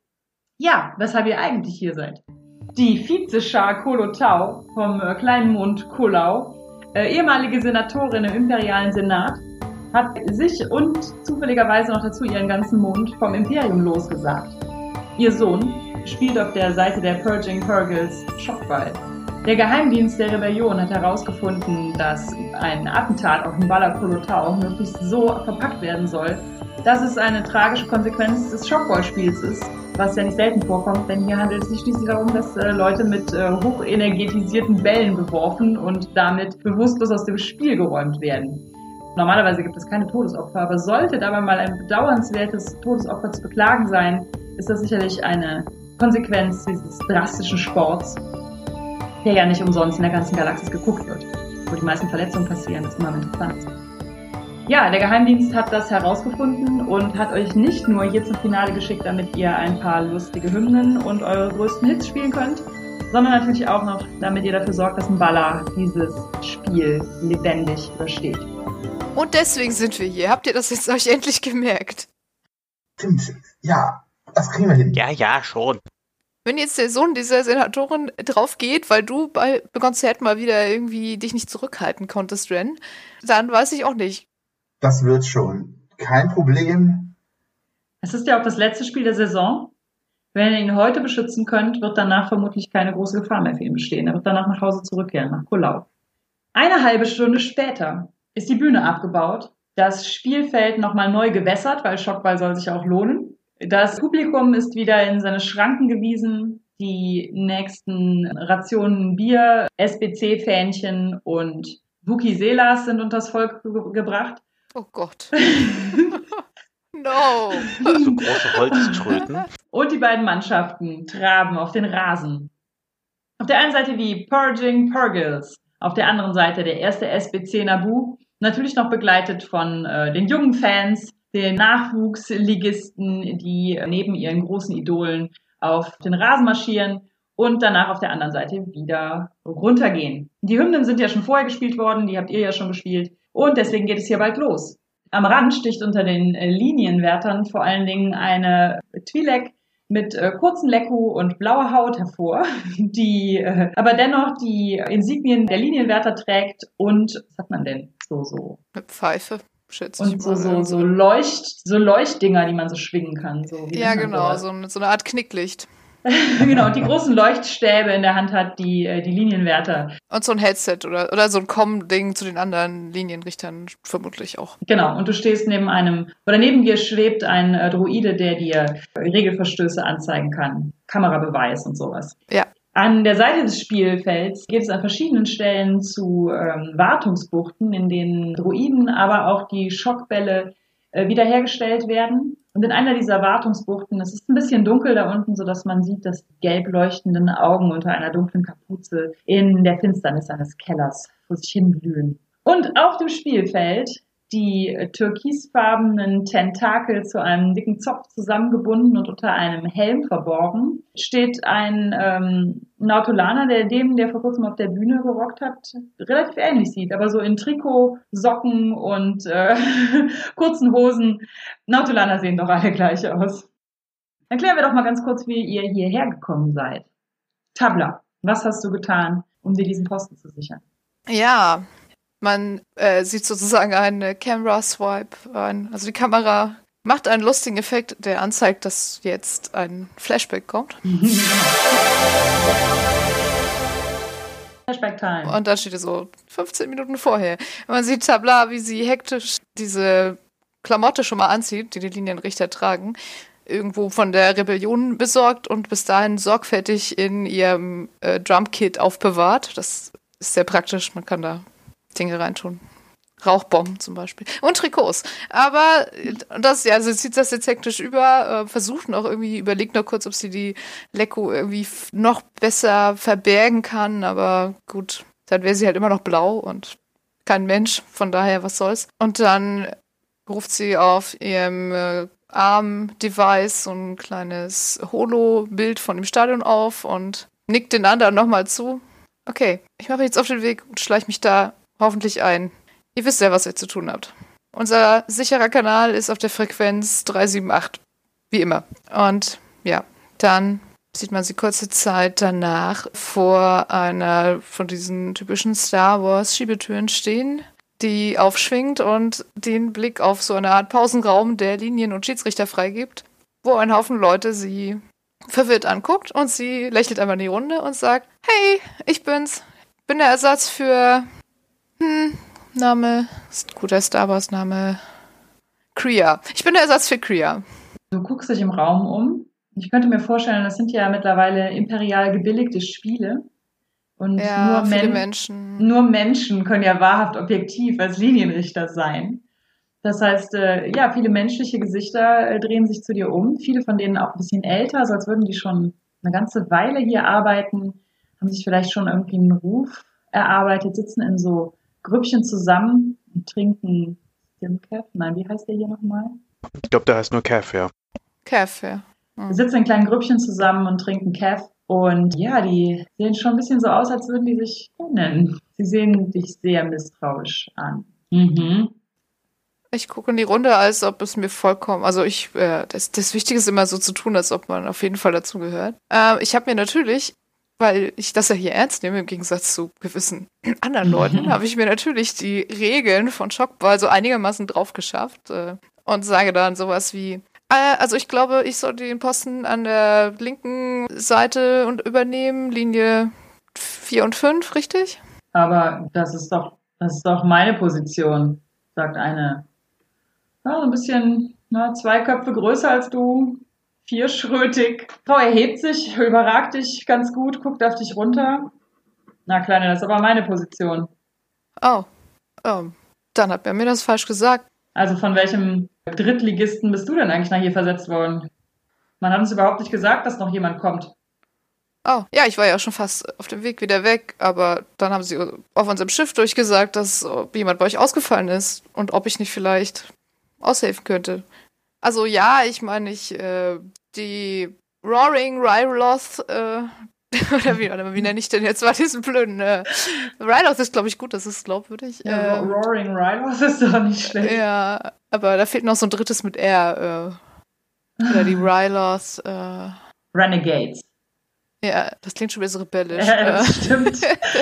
Ja, weshalb ihr eigentlich hier seid. Die Vizeschar Kolotau vom kleinen Mond Kolau, ehemalige Senatorin im imperialen Senat, hat sich und zufälligerweise noch dazu ihren ganzen Mond vom Imperium losgesagt. Ihr Sohn spielt auf der Seite der Purging Purgles Schockball. Der Geheimdienst der Rebellion hat herausgefunden, dass ein Attentat auf den Bala Kolotau möglichst so verpackt werden soll, dass es eine tragische Konsequenz des Schockball-Spiels ist, was ja nicht selten vorkommt, denn hier handelt es sich schließlich darum, dass Leute mit hochenergetisierten Bällen beworfen und damit bewusstlos aus dem Spiel geräumt werden. Normalerweise gibt es keine Todesopfer, aber sollte dabei mal ein bedauernswertes Todesopfer zu beklagen sein, ist das sicherlich eine Konsequenz dieses drastischen Sports, der ja nicht umsonst in der ganzen Galaxis geguckt wird. Wo die meisten Verletzungen passieren, ist immer interessant. Ja, der Geheimdienst hat das herausgefunden und hat euch nicht nur hier zum Finale geschickt, damit ihr ein paar lustige Hymnen und eure größten Hits spielen könnt, sondern natürlich auch noch, damit ihr dafür sorgt, dass Mbala dieses Spiel lebendig übersteht. Und deswegen sind wir hier. Habt ihr das jetzt euch endlich gemerkt? Stimmt, ja, das kriegen wir hin. Ja, schon. Wenn jetzt der Sohn dieser Senatorin drauf geht, weil du beim Konzert mal wieder irgendwie dich nicht zurückhalten konntest, Ren, dann weiß ich auch nicht. Das wird schon. Kein Problem. Es ist ja auch das letzte Spiel der Saison. Wenn ihr ihn heute beschützen könnt, wird danach vermutlich keine große Gefahr mehr für ihn bestehen. Er wird danach nach Hause zurückkehren, nach Kolau. Eine halbe Stunde später ist die Bühne abgebaut. Das Spielfeld nochmal neu gewässert, weil Schockball soll sich auch lohnen. Das Publikum ist wieder in seine Schranken gewiesen. Die nächsten Rationen Bier, SBC-Fähnchen und Vuvuzelas sind unters Volk gebracht. Oh Gott. No. So große Holztröten. Und die beiden Mannschaften traben auf den Rasen. Auf der einen Seite die Purging Purgils, auf der anderen Seite der erste SBC Naboo, natürlich noch begleitet von den jungen Fans, den Nachwuchsligisten, die neben ihren großen Idolen auf den Rasen marschieren und danach auf der anderen Seite wieder runtergehen. Die Hymnen sind ja schon vorher gespielt worden, die habt ihr ja schon gespielt und deswegen geht es hier bald los. Am Rand sticht unter den Linienwärtern vor allen Dingen eine Twi'lek mit kurzen Lekku und blauer Haut hervor, die aber dennoch die Insignien der Linienwärter trägt und, was hat man denn, so Eine Pfeife, schätze ich und mal. so Leuchtdinger, die man so schwingen kann. So, wie Ja, nennt man genau, sowas? so eine Art Knicklicht. Genau, und die großen Leuchtstäbe in der Hand hat die Linienwärter. Und so ein Headset oder so ein Com-Ding zu den anderen Linienrichtern vermutlich auch. Genau, und du stehst neben dir schwebt ein Droide, der dir Regelverstöße anzeigen kann. Kamerabeweis und sowas. Ja. An der Seite des Spielfelds geht es an verschiedenen Stellen zu Wartungsbuchten, in denen Droiden, aber auch die Schockbälle wiederhergestellt werden. Und in einer dieser Wartungsbuchten, es ist ein bisschen dunkel da unten, sodass man sieht, dass die gelb leuchtenden Augen unter einer dunklen Kapuze in der Finsternis eines Kellers vor sich hin glühen. Und auf dem Spielfeld die türkisfarbenen Tentakel zu einem dicken Zopf zusammengebunden und unter einem Helm verborgen, steht ein Nautolaner, der vor kurzem auf der Bühne gerockt hat, relativ ähnlich sieht, aber so in Trikot, Socken und kurzen Hosen. Nautolaner sehen doch alle gleich aus. Erklären wir doch mal ganz kurz, wie ihr hierher gekommen seid. Tabla, was hast du getan, um dir diesen Posten zu sichern? Ja, man sieht sozusagen eine Camera-Swipe, also die Kamera macht einen lustigen Effekt, der anzeigt, dass jetzt ein Flashback kommt. Flashback-Time. Und dann steht es so 15 Minuten vorher. Man sieht Tabla, wie sie hektisch diese Klamotte schon mal anzieht, die die Linienrichter tragen, irgendwo von der Rebellion besorgt und bis dahin sorgfältig in ihrem Drumkit aufbewahrt. Das ist sehr praktisch, man kann da Dinge reintun. Rauchbomben zum Beispiel. Und Trikots. Aber sie zieht das jetzt hektisch über, versucht noch irgendwie, überlegt noch kurz, ob sie die Lekku irgendwie noch besser verbergen kann, aber gut, dann wäre sie halt immer noch blau und kein Mensch, von daher, was soll's. Und dann ruft sie auf ihrem Arm-Device so ein kleines Holo-Bild von dem Stadion auf und nickt den anderen nochmal zu. Okay, ich mache jetzt auf den Weg und schleiche mich da hoffentlich ein. Ihr wisst ja, was ihr zu tun habt. Unser sicherer Kanal ist auf der Frequenz 378. Wie immer. Und ja, dann sieht man sie kurze Zeit danach vor einer von diesen typischen Star Wars Schiebetüren stehen, die aufschwingt und den Blick auf so eine Art Pausenraum der Linien- und Schiedsrichter freigibt, wo ein Haufen Leute sie verwirrt anguckt und sie lächelt einmal in die Runde und sagt, hey, ich bin's. Bin der Ersatz für Name, ist ein guter Star Wars Name. Kreia. Ich bin der Ersatz für Kreia. Du guckst dich im Raum um. Ich könnte mir vorstellen, das sind ja mittlerweile imperial gebilligte Spiele. Und ja, nur viele Menschen. Nur Menschen können ja wahrhaft objektiv als Linienrichter sein. Das heißt, viele menschliche Gesichter drehen sich zu dir um. Viele von denen auch ein bisschen älter, so als würden die schon eine ganze Weile hier arbeiten, haben sich vielleicht schon irgendwie einen Ruf erarbeitet, sitzen in so Grüppchen zusammen und trinken Stimkev. Nein, wie heißt der hier nochmal? Ich glaube, der heißt nur Kev, ja. Kev, ja. Wir sitzen in kleinen Grüppchen zusammen und trinken Kev. Und ja, die sehen schon ein bisschen so aus, als würden die sich kennen. Sie sehen dich sehr misstrauisch an. Mhm. Ich gucke in die Runde, als ob es mir vollkommen, das Wichtige ist immer so zu tun, als ob man auf jeden Fall dazu gehört. Ich habe mir natürlich, weil ich das ja hier ernst nehme, im Gegensatz zu gewissen anderen Leuten, habe ich mir natürlich die Regeln von Schockball so einigermaßen drauf geschafft und sage dann sowas wie, also ich glaube, ich soll den Posten an der linken Seite und übernehmen, Linie 4 und 5, richtig? Aber das ist doch Das ist doch meine Position, sagt eine. Ja, so ein bisschen, 2 Köpfe größer als du, 4schrötig. Frau erhebt sich, überragt dich ganz gut, guckt auf dich runter. Na, Kleine, das ist aber meine Position. Oh, dann hat er mir das falsch gesagt. Also von welchem Drittligisten bist du denn eigentlich nach hier versetzt worden? Man hat uns überhaupt nicht gesagt, dass noch jemand kommt. Oh, ja, ich war ja schon fast auf dem Weg wieder weg, aber dann haben sie auf unserem Schiff durchgesagt, dass jemand bei euch ausgefallen ist und ob ich nicht vielleicht aushelfen könnte. Also ja, ich meine, die Roaring Ryloth, oder wie nenne ich denn jetzt mal diesen blöden, Ryloth ist, glaube ich, gut, das ist glaubwürdig. Ja, Roaring Ryloth ist doch nicht schlecht. Ja, aber da fehlt noch so ein drittes mit R, oder die Ryloth, Renegades. Ja, das klingt schon wieder so rebellisch. Ja, das stimmt.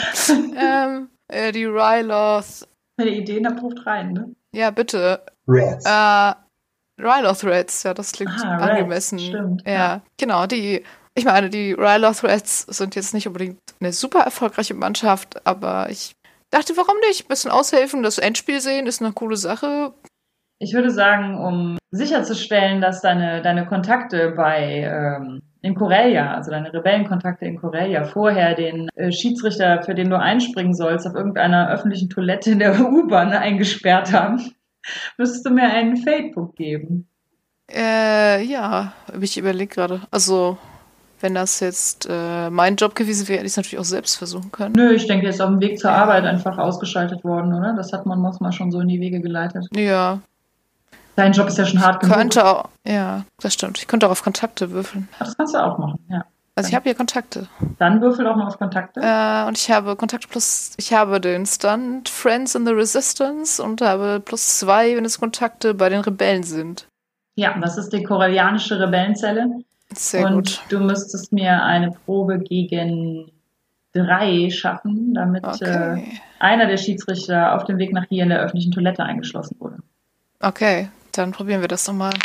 Die Ryloth. Eine Idee abruft rein, ne? Ja, bitte. Reds. Ryloth Reds, ja, das klingt angemessen. Reds, stimmt. Ja, genau. Ich meine, die Ryloth Reds sind jetzt nicht unbedingt eine super erfolgreiche Mannschaft, aber ich dachte, warum nicht? Ein bisschen aushelfen, das Endspiel sehen, ist eine coole Sache. Ich würde sagen, um sicherzustellen, dass deine Kontakte in Corellia, also deine Rebellenkontakte in Corellia, vorher den Schiedsrichter, für den du einspringen sollst, auf irgendeiner öffentlichen Toilette in der U-Bahn eingesperrt haben, müsstest du mir einen Fate-Punkt geben. Ja, ich überlege gerade. Also, wenn das jetzt mein Job gewesen wäre, hätte ich es natürlich auch selbst versuchen können. Nö, ich denke, er ist auf dem Weg zur Arbeit einfach ausgeschaltet worden, oder? Das hat man manchmal schon so in die Wege geleitet. Ja. Dein Job ist ja schon hart genug. Ja, das stimmt. Ich könnte auch auf Kontakte würfeln. Ach, das kannst du auch machen, ja. Also ich habe hier Kontakte. Dann würfel auch mal auf Kontakte. Und ich habe Kontakte plus, ich habe den Stunt Friends in the Resistance und habe +2, wenn es Kontakte bei den Rebellen sind. Ja, das ist die korellianische Rebellenzelle. Sehr und gut. Du müsstest mir eine Probe gegen 3 schaffen, damit einer der Schiedsrichter auf dem Weg nach hier in der öffentlichen Toilette eingeschlossen wurde. Okay, dann probieren wir das doch mal.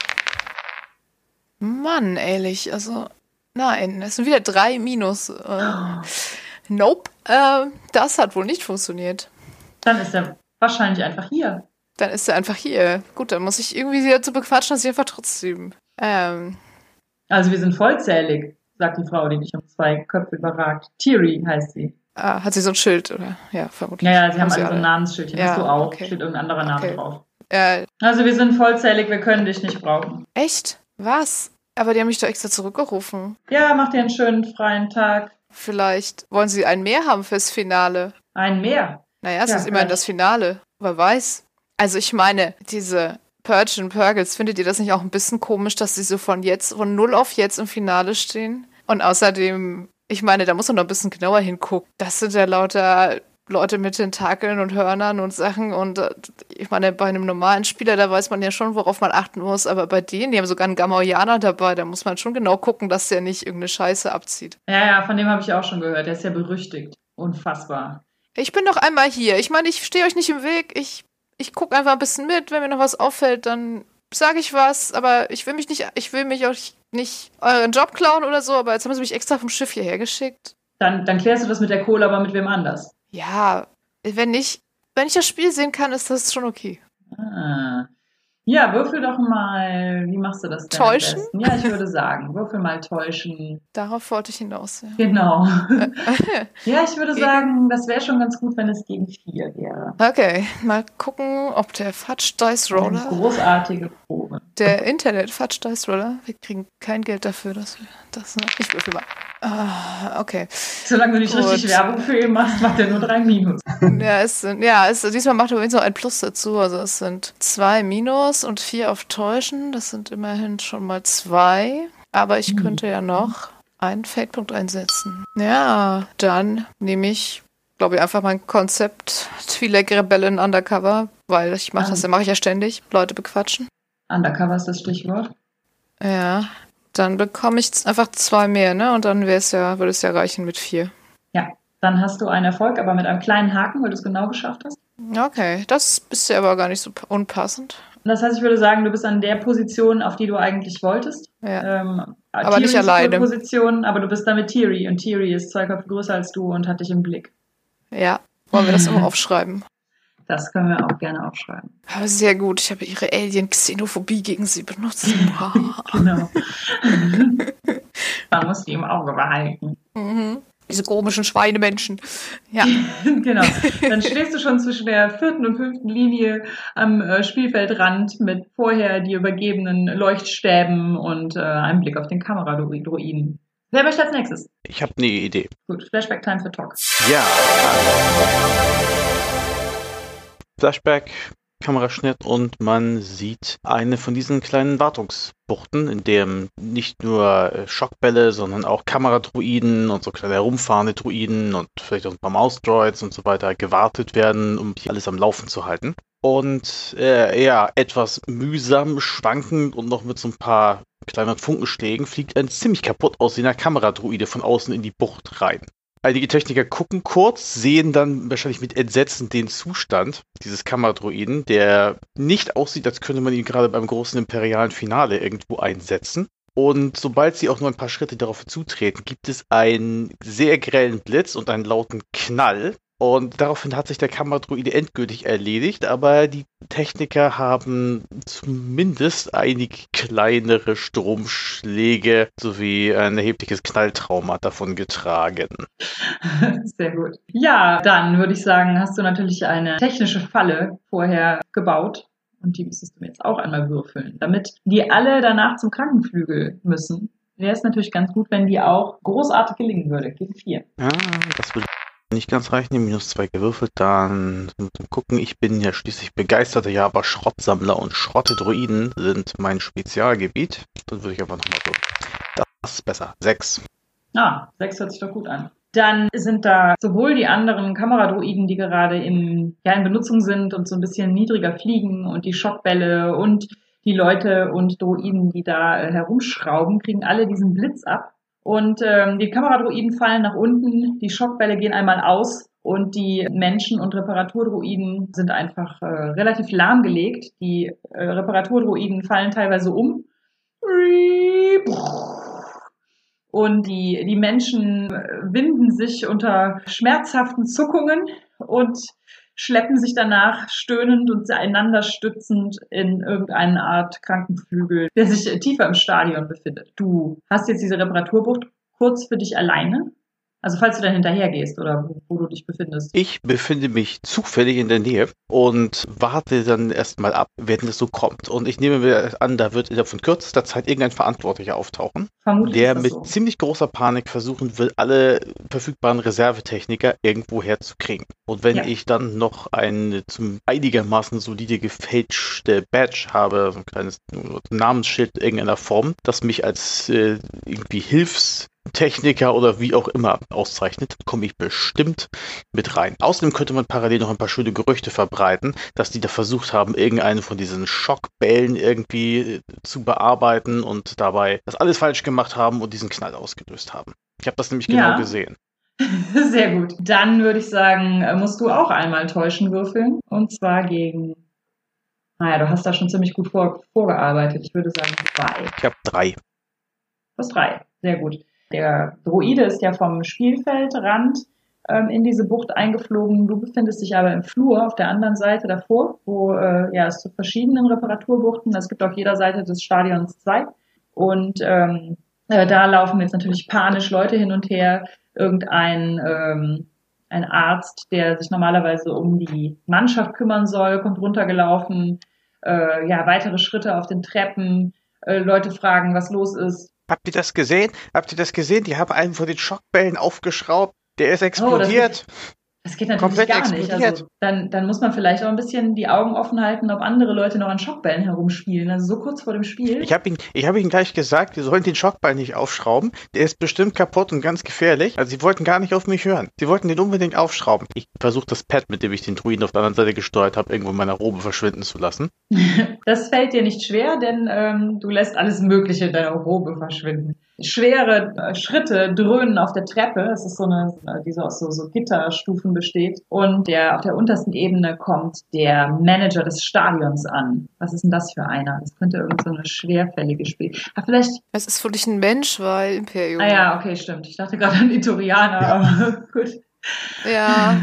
Mann, ehrlich, also nein, es sind wieder 3 Minus. Nope, das hat wohl nicht funktioniert. Dann ist er wahrscheinlich einfach hier. Dann ist er einfach hier. Gut, dann muss ich irgendwie sie dazu bequatschen, dass sie einfach trotzdem. Also wir sind vollzählig, sagt die Frau, die dich um 2 Köpfe überragt. Thierry heißt sie. Hat sie so ein Schild, oder? Ja, vermutlich. Ja, sie haben alle so ein Namensschildchen. Ja, hast du auch. okay. Steht irgendein anderer Name drauf. Ja. Also wir sind vollzählig, wir können dich nicht brauchen. Echt? Was? Aber die haben mich doch extra zurückgerufen. Ja, mach dir einen schönen freien Tag. Vielleicht wollen sie einen mehr haben fürs Finale. Einen mehr? Naja, es ist immerhin das Finale. Wer weiß. Also ich meine, diese Purge und Purgles, findet ihr das nicht auch ein bisschen komisch, dass sie so von 0 auf jetzt im Finale stehen? Und außerdem, ich meine, da muss man noch ein bisschen genauer hingucken. Das sind ja lauter Leute mit Tentakeln und Hörnern und Sachen. Und ich meine, bei einem normalen Spieler, da weiß man ja schon, worauf man achten muss. Aber bei denen, die haben sogar einen Gamorreaner dabei, da muss man schon genau gucken, dass der nicht irgendeine Scheiße abzieht. Ja, von dem habe ich auch schon gehört. Der ist ja berüchtigt. Unfassbar. Ich bin noch einmal hier. Ich meine, ich stehe euch nicht im Weg. Ich gucke einfach ein bisschen mit. Wenn mir noch was auffällt, dann sage ich was. Aber ich will mich euch nicht euren Job klauen oder so. Aber jetzt haben sie mich extra vom Schiff hierher geschickt. Dann klärst du das mit der Kohle, aber mit wem anders. Ja, wenn ich das Spiel sehen kann, ist das schon okay. Ja, würfel doch mal, wie machst du das denn? Täuschen? Ja, ich würde sagen, würfel mal täuschen. Darauf wollte ich hinaus. Ja. Genau. Ja, ich würde sagen, das wäre schon ganz gut, wenn es gegen 4 wäre. Okay, mal gucken, ob der Fudge Dice Roller. Eine großartige Probe. Der Internet Fudge Dice Roller. Wir kriegen kein Geld dafür, dass wir das. Ich würfel mal. Okay. Solange du nicht richtig Werbung für ihn machst, macht er nur 3 Minus. Diesmal macht er übrigens noch ein Plus dazu. Also es sind 2 Minus und 4 auf Täuschen. Das sind immerhin schon mal 2. Aber ich könnte ja noch einen Fate-Punkt einsetzen. Ja, dann nehme ich, glaube ich, einfach mein Konzept Twi'lek Rebellen Undercover, weil das mache ich ja ständig. Leute bequatschen. Undercover ist das Stichwort. Ja. Dann bekomme ich einfach 2 mehr, ne? Und dann würde es ja reichen mit 4. Ja, dann hast du einen Erfolg, aber mit einem kleinen Haken, weil du es genau geschafft hast. Okay, das ist ja aber gar nicht so unpassend. Das heißt, ich würde sagen, du bist an der Position, auf die du eigentlich wolltest. Ja. Aber Thierry nicht alleine. Position, aber du bist da mit Thierry. Und Thierry ist 2 Köpfe größer als du und hat dich im Blick. Ja, wollen wir das immer aufschreiben? Das können wir auch gerne aufschreiben. Aber sehr gut, ich habe ihre Alien-Xenophobie gegen sie benutzt. Genau. Man muss die im Auge behalten. Mhm. Diese komischen Schweinemenschen. Ja. Genau. Dann stehst du schon zwischen der 4. und 5. Linie am Spielfeldrand mit vorher die übergebenen Leuchtstäben und einem Blick auf den Kameradroiden. Wer möchte als nächstes? Ich habe eine Idee. Gut, Flashback-Time für Talk. Ja. Flashback, Kameraschnitt und man sieht eine von diesen kleinen Wartungsbuchten, in dem nicht nur Schockbälle, sondern auch Kameradroiden und so kleine herumfahrende Droiden und vielleicht auch ein paar Maus-Droids und so weiter gewartet werden, um hier alles am Laufen zu halten. Und etwas mühsam, schwankend und noch mit so ein paar kleinen Funkenschlägen fliegt ein ziemlich kaputt aussehender Kameradroide von außen in die Bucht rein. Einige Techniker gucken kurz, sehen dann wahrscheinlich mit Entsetzen den Zustand dieses Kameradroiden, der nicht aussieht, als könnte man ihn gerade beim großen imperialen Finale irgendwo einsetzen. Und sobald sie auch nur ein paar Schritte darauf zutreten, gibt es einen sehr grellen Blitz und einen lauten Knall. Und daraufhin hat sich der Kameradroide endgültig erledigt, aber die Techniker haben zumindest einige kleinere Stromschläge sowie ein erhebliches Knalltrauma davon getragen. Sehr gut. Ja, dann würde ich sagen, hast du natürlich eine technische Falle vorher gebaut. Und die müsstest du jetzt auch einmal würfeln. Damit die alle danach zum Krankenflügel müssen, wäre es natürlich ganz gut, wenn die auch großartig gelingen würde. Gegen 4. Ja, das würde nicht ganz reichen. -2 gewürfelt, dann gucken. Ich bin ja schließlich begeisterter Java Schrottsammler und Schrotte-Droiden sind mein Spezialgebiet. Dann würde ich einfach nochmal so. Das ist besser. 6. 6 hört sich doch gut an. Dann sind da sowohl die anderen Kameradroiden, die gerade in Benutzung sind und so ein bisschen niedriger fliegen und die Schockbälle und die Leute und Droiden, die da herumschrauben, kriegen alle diesen Blitz ab. Und die Kameradroiden fallen nach unten, die Schockbälle gehen einmal aus und die Menschen- und Reparaturdroiden sind einfach relativ lahmgelegt. Die Reparaturdroiden fallen teilweise um. Und die Menschen winden sich unter schmerzhaften Zuckungen und schleppen sich danach stöhnend und einander stützend in irgendeine Art Krankenflügel, der sich tiefer im Stadion befindet. Du hast jetzt diese Reparaturbucht kurz für dich alleine? Also falls du dann hinterher gehst oder wo du dich befindest. Ich befinde mich zufällig in der Nähe und warte dann erstmal ab, wenn es so kommt. Und ich nehme mir an, da wird innerhalb von kürzester Zeit irgendein Verantwortlicher auftauchen, Vermutlich der ist das mit so. ziemlich großer Panik versuchen will, alle verfügbaren Reservetechniker irgendwo herzukriegen. Und wenn ich dann noch eine zum einigermaßen solide gefälschte Badge habe, so ein kleines Namensschild in irgendeiner Form, das mich als irgendwie Hilfstechniker oder wie auch immer auszeichnet, komme ich bestimmt mit rein. Außerdem könnte man parallel noch ein paar schöne Gerüchte verbreiten, dass die da versucht haben, irgendeine von diesen Schockbällen irgendwie zu bearbeiten und dabei das alles falsch gemacht haben und diesen Knall ausgelöst haben. Ich habe das nämlich genau gesehen. Sehr gut. Dann würde ich sagen, musst du auch einmal täuschen würfeln. Und zwar gegen... du hast da schon ziemlich gut vorgearbeitet. Ich würde sagen 2. Ich habe 3. Du hast 3. Sehr gut. Der Droide ist ja vom Spielfeldrand in diese Bucht eingeflogen. Du befindest dich aber im Flur auf der anderen Seite davor, wo es zu verschiedenen Reparaturbuchten. Es gibt auf jeder Seite des Stadions 2. Und da laufen jetzt natürlich panisch Leute hin und her. Irgendein ein Arzt, der sich normalerweise um die Mannschaft kümmern soll, kommt runtergelaufen. Weitere Schritte auf den Treppen. Leute fragen, was los ist. Habt ihr das gesehen? Die haben einen von den Schockbällen aufgeschraubt. Der ist explodiert. Das geht natürlich Komplett gar nicht. explodiert. Also dann muss man vielleicht auch ein bisschen die Augen offen halten, ob andere Leute noch an Schockbällen herumspielen. Also so kurz vor dem Spiel. Ich hab ihn gleich gesagt, wir sollen den Schockball nicht aufschrauben. Der ist bestimmt kaputt und ganz gefährlich. Also sie wollten gar nicht auf mich hören. Sie wollten den unbedingt aufschrauben. Ich versuche das Pad, mit dem ich den Druiden auf der anderen Seite gesteuert habe, irgendwo in meiner Robe verschwinden zu lassen. Das fällt dir nicht schwer, denn du lässt alles Mögliche in deiner Robe verschwinden. Schwere Schritte dröhnen auf der Treppe. Es ist so eine, die so aus so Gitterstufen besteht. Und auf der untersten Ebene kommt der Manager des Stadions an. Was ist denn das für einer? Das könnte irgend so eine schwerfällige Spiel. Vielleicht. Es ist für dich ein Mensch, weil Imperium. Okay, stimmt. Ich dachte gerade an Iturianer, aber gut. Ja.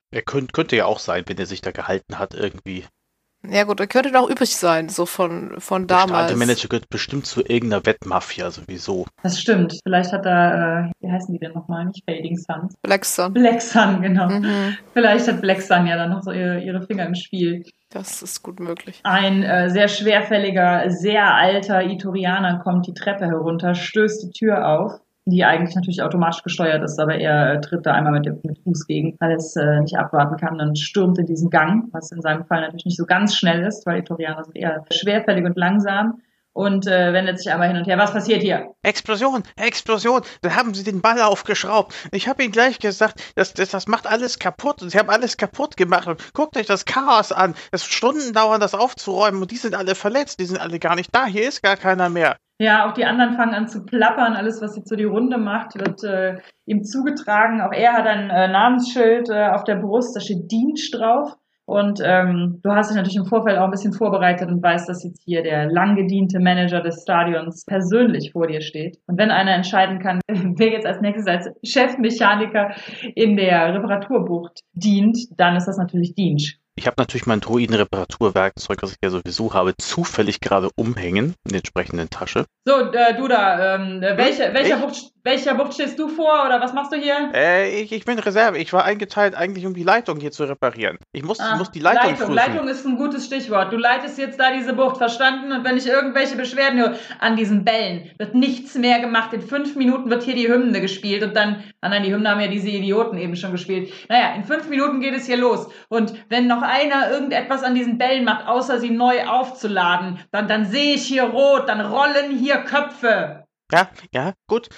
Er könnte ja auch sein, wenn er sich da gehalten hat irgendwie. Ja gut, er könnte noch übrig sein, so von Der damals. Manager gehört bestimmt zu irgendeiner Wettmafia sowieso. Das stimmt. Vielleicht hat er, wie heißen die denn nochmal? Nicht Fading Suns. Black Sun. Black Sun, genau. Mhm. Vielleicht hat Black Sun ja dann noch so ihre Finger im Spiel. Das ist gut möglich. Ein sehr schwerfälliger, sehr alter Iturianer kommt die Treppe herunter, stößt die Tür auf, die eigentlich natürlich automatisch gesteuert ist, aber er tritt da einmal mit Fuß gegen, weil er es nicht abwarten kann und stürmt in diesen Gang, was in seinem Fall natürlich nicht so ganz schnell ist, weil Iturianer sind eher schwerfällig und langsam. Und wendet sich einmal hin und her. Was passiert hier? Explosion! Da haben sie den Ball aufgeschraubt. Ich habe ihnen gleich gesagt, das macht alles kaputt. Und sie haben alles kaputt gemacht. Und guckt euch das Chaos an. Es Stunden dauern, das aufzuräumen. Und die sind alle verletzt. Die sind alle gar nicht da. Hier ist gar keiner mehr. Ja, auch die anderen fangen an zu plappern. Alles, was jetzt so die Runde macht, wird ihm zugetragen. Auch er hat ein Namensschild auf der Brust. Da steht Dienst drauf. Und du hast dich natürlich im Vorfeld auch ein bisschen vorbereitet und weißt, dass jetzt hier der lang gediente Manager des Stadions persönlich vor dir steht. Und wenn einer entscheiden kann, wer jetzt als nächstes als Chefmechaniker in der Reparaturbucht dient, dann ist das natürlich Dienst. Ich habe natürlich mein Druiden-Reparaturwerkzeug, das ich ja sowieso habe, zufällig gerade umhängen in der entsprechenden Tasche. So, du da, welcher Bucht stehst du vor oder was machst du hier? Ich bin Reserve. Ich war eingeteilt eigentlich, um die Leitung hier zu reparieren. Ich muss die Leitung prüfen. Leitung ist ein gutes Stichwort. Du leitest jetzt da diese Bucht, verstanden? Und wenn ich irgendwelche Beschwerden höre, an diesen Bällen wird nichts mehr gemacht. In 5 Minuten wird hier die Hymne gespielt und dann, nein, die Hymne haben ja diese Idioten eben schon gespielt. Naja, in 5 Minuten geht es hier los. Und wenn noch einer irgendetwas an diesen Bällen macht, außer sie neu aufzuladen, dann sehe ich hier rot, dann rollen hier Köpfe. Ja, gut.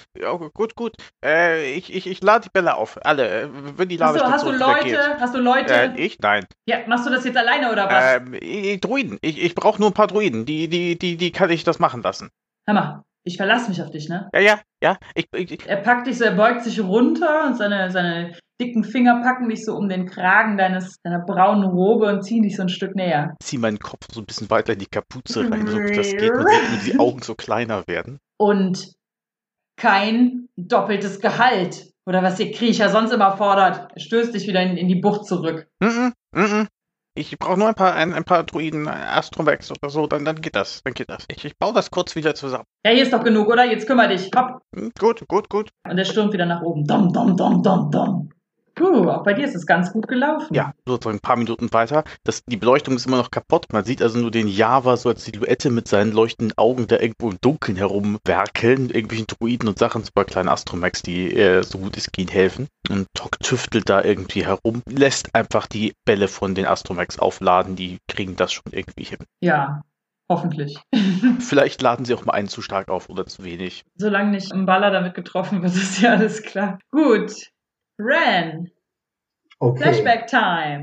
Ich lade die Bälle auf. Alle. Wenn die Hast du Leute? Ich? Nein. Ja, machst du das jetzt alleine oder was? Druiden. Ich brauche nur ein paar Druiden. Die kann ich das machen lassen. Hör mal, ich verlasse mich auf dich, ne? Ja. Er packt dich so, er beugt sich runter und seine dicken Finger packen dich so um den Kragen deiner braunen Robe und ziehen dich so ein Stück näher. Zieh meinen Kopf so ein bisschen weiter in die Kapuze rein, so gut das geht. Man sieht, wie die Augen so kleiner werden. Und kein doppeltes Gehalt. Oder was ihr Kriecher sonst immer fordert. Er stößt dich wieder in die Bucht zurück. Ich brauche nur ein paar Druiden, Astrovex oder so, dann geht das. Ich baue das kurz wieder zusammen. Ja, hier ist doch genug, oder? Jetzt kümmere dich. Hopp. Gut. Und er stürmt wieder nach oben. Dom, dom, dom, dom, dom. Auch bei dir ist es ganz gut gelaufen. Ja, so ein paar Minuten weiter. Die Beleuchtung ist immer noch kaputt. Man sieht also nur den Java so als Silhouette mit seinen leuchtenden Augen da irgendwo im Dunkeln herumwerkeln. Irgendwelchen Druiden und Sachen, super kleine Astromax, die so gut es geht helfen. Und Tok tüftelt da irgendwie herum, lässt einfach die Bälle von den Astromax aufladen. Die kriegen das schon irgendwie hin. Ja, hoffentlich. Vielleicht laden sie auch mal einen zu stark auf oder zu wenig. Solange nicht ein Baller damit getroffen wird, ist ja alles klar. Gut. Ren. Okay. Flashback Time.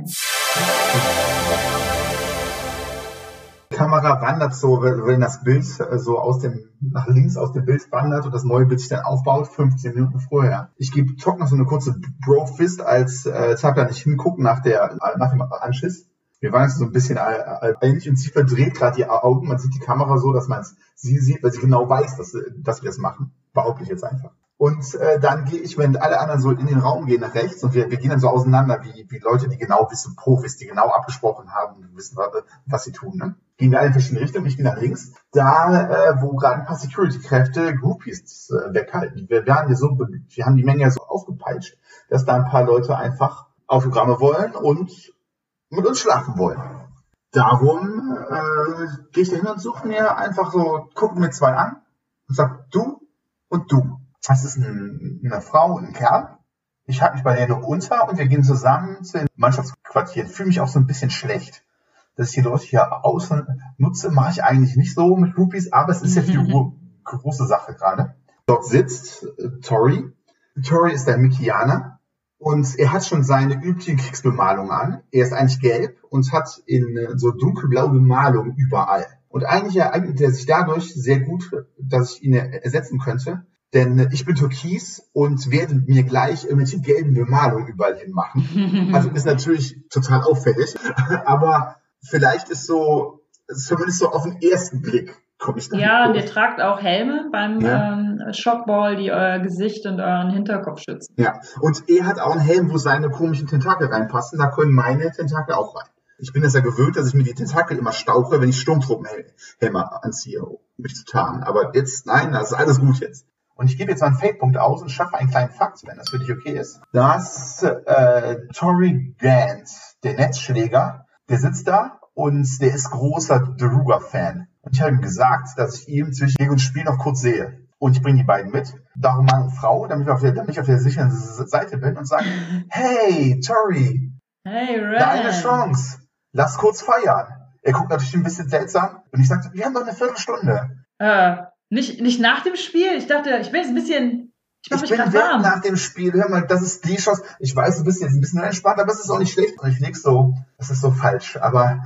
Die Kamera wandert so, wenn das Bild so nach links aus dem Bild wandert und das neue Bild sich dann aufbaut, 15 Minuten vorher. Ich gebe Tok noch so eine kurze Bro-Fist, als Zapla nicht hinguckt nach dem Anschiss. Wir waren jetzt so ein bisschen ähnlich und sie verdreht gerade die Augen. Man sieht die Kamera so, dass man sie sieht, weil sie genau weiß, dass wir das machen. Behaupte ich jetzt einfach. Und dann gehe ich, wenn alle anderen so in den Raum gehen, nach rechts und wir gehen dann so auseinander, wie Leute, die genau wissen, Profis, die genau abgesprochen haben, wissen, was sie tun. Ne? Gehen wir alle in verschiedene Richtungen, ich gehe nach links. Da, wo gerade ein paar Security-Kräfte Groupies weghalten. Wir haben die Menge ja so aufgepeitscht, dass da ein paar Leute einfach Autogramme wollen und mit uns schlafen wollen. Darum gehe ich da hin und suche mir einfach so, gucke mir 2 an und sag du und du. Das ist eine Frau und ein Kerl. Ich halte mich bei denen noch unter und wir gehen zusammen zu den Mannschaftsquartieren. Fühle mich auch so ein bisschen schlecht, dass ich die Leute hier außen nutze. Mache ich eigentlich nicht so mit Groupies, aber es ist ja die große Sache gerade. Dort sitzt Tori. Tori ist ein Mikianer und er hat schon seine üblichen Kriegsbemalungen an. Er ist eigentlich gelb und hat in so dunkelblaue Bemalung überall. Und eigentlich eignet er sich dadurch sehr gut, dass ich ihn ersetzen könnte. Denn ich bin türkis und werde mir gleich irgendwelche gelben Bemalungen überall hin machen. Also ist natürlich total auffällig. Aber vielleicht ist so, zumindest so auf den ersten Blick, komme ich da Ja, nicht und durch. ihr tragt auch Helme beim Shockball, die euer Gesicht und euren Hinterkopf schützen. Ja, und er hat auch einen Helm, wo seine komischen Tentakel reinpassen. Da können meine Tentakel auch rein. Ich bin es ja gewöhnt, dass ich mir die Tentakel immer stauche, wenn ich Sturmtruppenhelme anziehe, um mich zu tarnen. Aber jetzt, nein, das ist alles gut jetzt. Und ich gebe jetzt mal einen Fake-Punkt aus und schaffe einen kleinen Fakt, wenn das für dich okay ist. Dass Tory Gant, der Netzschläger, der sitzt da und der ist großer Daruga-Fan. Und ich habe ihm gesagt, dass ich ihn zwischen Lego und Spiel noch kurz sehe. Und ich bringe die beiden mit, darum Mann und Frau, damit ich auf der sicheren Seite bin und sage, hey, Tory, Hey, Ren. deine Chance, lass kurz feiern. Er guckt natürlich ein bisschen seltsam und ich sage, wir haben noch eine Viertelstunde. Nicht nach dem Spiel? Ich dachte, ich bin jetzt ein bisschen... Ich Ich bin weg nach dem Spiel. Hör mal, das ist die Chance. Ich weiß, du bist jetzt ein bisschen entspannt, aber es ist auch nicht schlecht. Und ich leg so, das ist so falsch, aber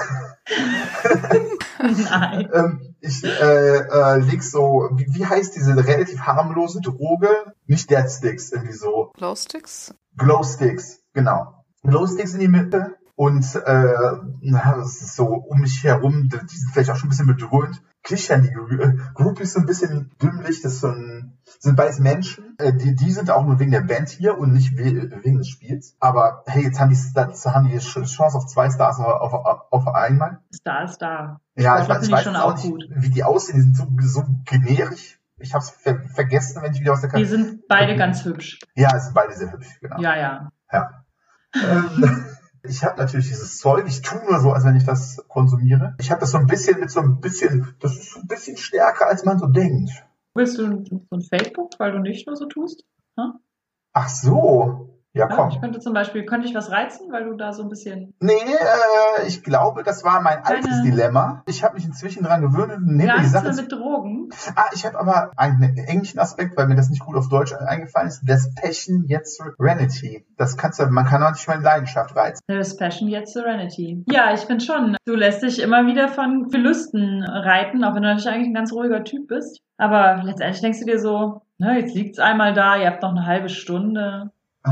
Nein. ich leg so, wie heißt diese relativ harmlose Droge? Nicht Dead Sticks, irgendwie so. Glowsticks? Glowsticks, genau. Glowsticks in die Mitte und das ist so um mich herum, die sind vielleicht auch schon ein bisschen bedröhnt. Kichern die Groupies so ein bisschen dümmlich, das sind beides Menschen. Die sind auch nur wegen der Band hier und nicht wegen des Spiels. Aber hey, jetzt haben die Chance auf 2 Stars auf einmal. Star ist da. Ja, Das ich finde weiß ich schon auch auch nicht, gut. wie die aussehen. Die sind so generisch. Ich hab's vergessen, wenn ich wieder aus der Die sind beide ganz hübsch. Ja, es sind beide sehr hübsch, genau. Ja. Ich habe natürlich dieses Zeug, ich tue nur so, als wenn ich das konsumiere. Ich habe das das ist so ein bisschen stärker, als man so denkt. Willst du so ein Fake-Punkt, weil du nicht nur so tust? Ach so, ja Ja, komm. könnte ich was reizen, weil du da so ein bisschen... Nee, ich glaube, das war mein altes Dilemma. Ich habe mich inzwischen dran gewöhnt und nehme die Reizen Sache... mit Drogen? Ich habe aber einen englischen Aspekt, weil mir das nicht gut auf Deutsch eingefallen ist. Das Passion jetzt Serenity. Man kann auch nicht mal in Leidenschaft reizen. There's Passion yet Serenity. Ja, ich finde schon. Du lässt dich immer wieder von Gelüsten reiten, auch wenn du natürlich eigentlich ein ganz ruhiger Typ bist. Aber letztendlich denkst du dir so, jetzt liegt's einmal da, ihr habt noch eine halbe Stunde.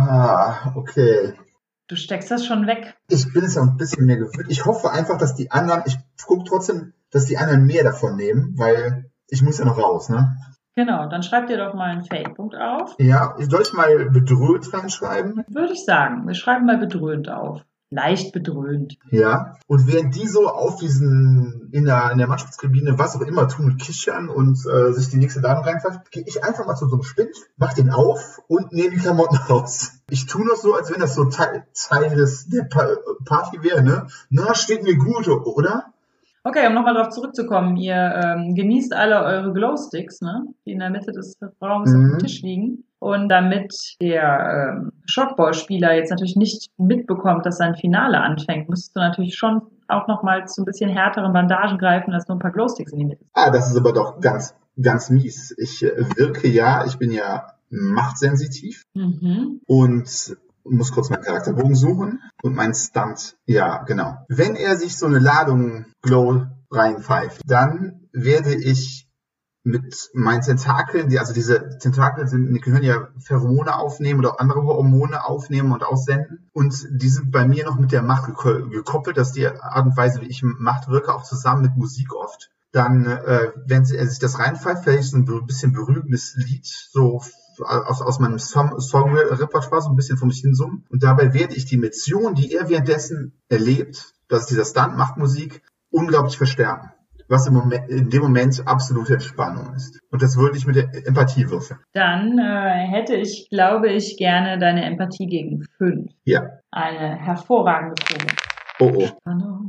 Okay. Du steckst das schon weg. Ich bin es ja ein bisschen mehr gewöhnt. Ich hoffe einfach, dass die anderen, ich gucke trotzdem, dass die anderen mehr davon nehmen, weil ich muss ja noch raus, ne? Genau, dann schreib dir doch mal einen Fake-Punkt auf. Ja, soll ich mal bedröhnt reinschreiben? Würde ich sagen, wir schreiben mal bedröhnt auf. Leicht bedröhnt. Ja. Und während die so auf in der Mannschaftskabine, was auch immer tun und kichern und sich die nächste Ladung reinpfeift, gehe ich einfach mal zu so einem Spind, mach den auf und nehme die Klamotten raus. Ich tue noch so, als wenn das so Teil der Party wäre, ne? Na, steht mir gut, oder? Okay, um nochmal darauf zurückzukommen, ihr genießt alle eure Glowsticks, ne? Die in der Mitte des Raums auf dem Tisch liegen. Und damit der Shockball-Spieler jetzt natürlich nicht mitbekommt, dass sein Finale anfängt, müsstest du natürlich schon auch nochmal zu ein bisschen härteren Bandagen greifen, als nur ein paar Glowsticks in die Mitte. Das ist aber doch ganz, ganz mies. Ich bin ja machtsensitiv und muss kurz meinen Charakterbogen suchen und meinen Stunt. Ja, genau. Wenn er sich so eine Ladung Glow reinpfeift, dann werde ich mit meinen Tentakeln, diese Tentakel können ja Pheromone aufnehmen oder andere Hormone aufnehmen und aussenden. Und die sind bei mir noch mit der Macht gekoppelt, dass die Art und Weise, wie ich Macht wirke, auch zusammen mit Musik oft. Dann, wenn er sich das reinpfeift, vielleicht so ein bisschen berührendes Lied, so aus meinem Song-Repertoire, so ein bisschen vor mich hinsummen. Und dabei werde ich die Mission, die er währenddessen erlebt, das ist dieser Stunt-Macht-Musik, unglaublich verstärken. Was in dem Moment absolute Entspannung ist. Und das würde ich mit der Empathie würfeln. Dann hätte ich, glaube ich, gerne deine Empathie gegen 5. Ja. Eine hervorragende Probe. Oh. Spannung.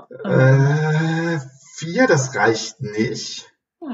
4, das reicht nicht.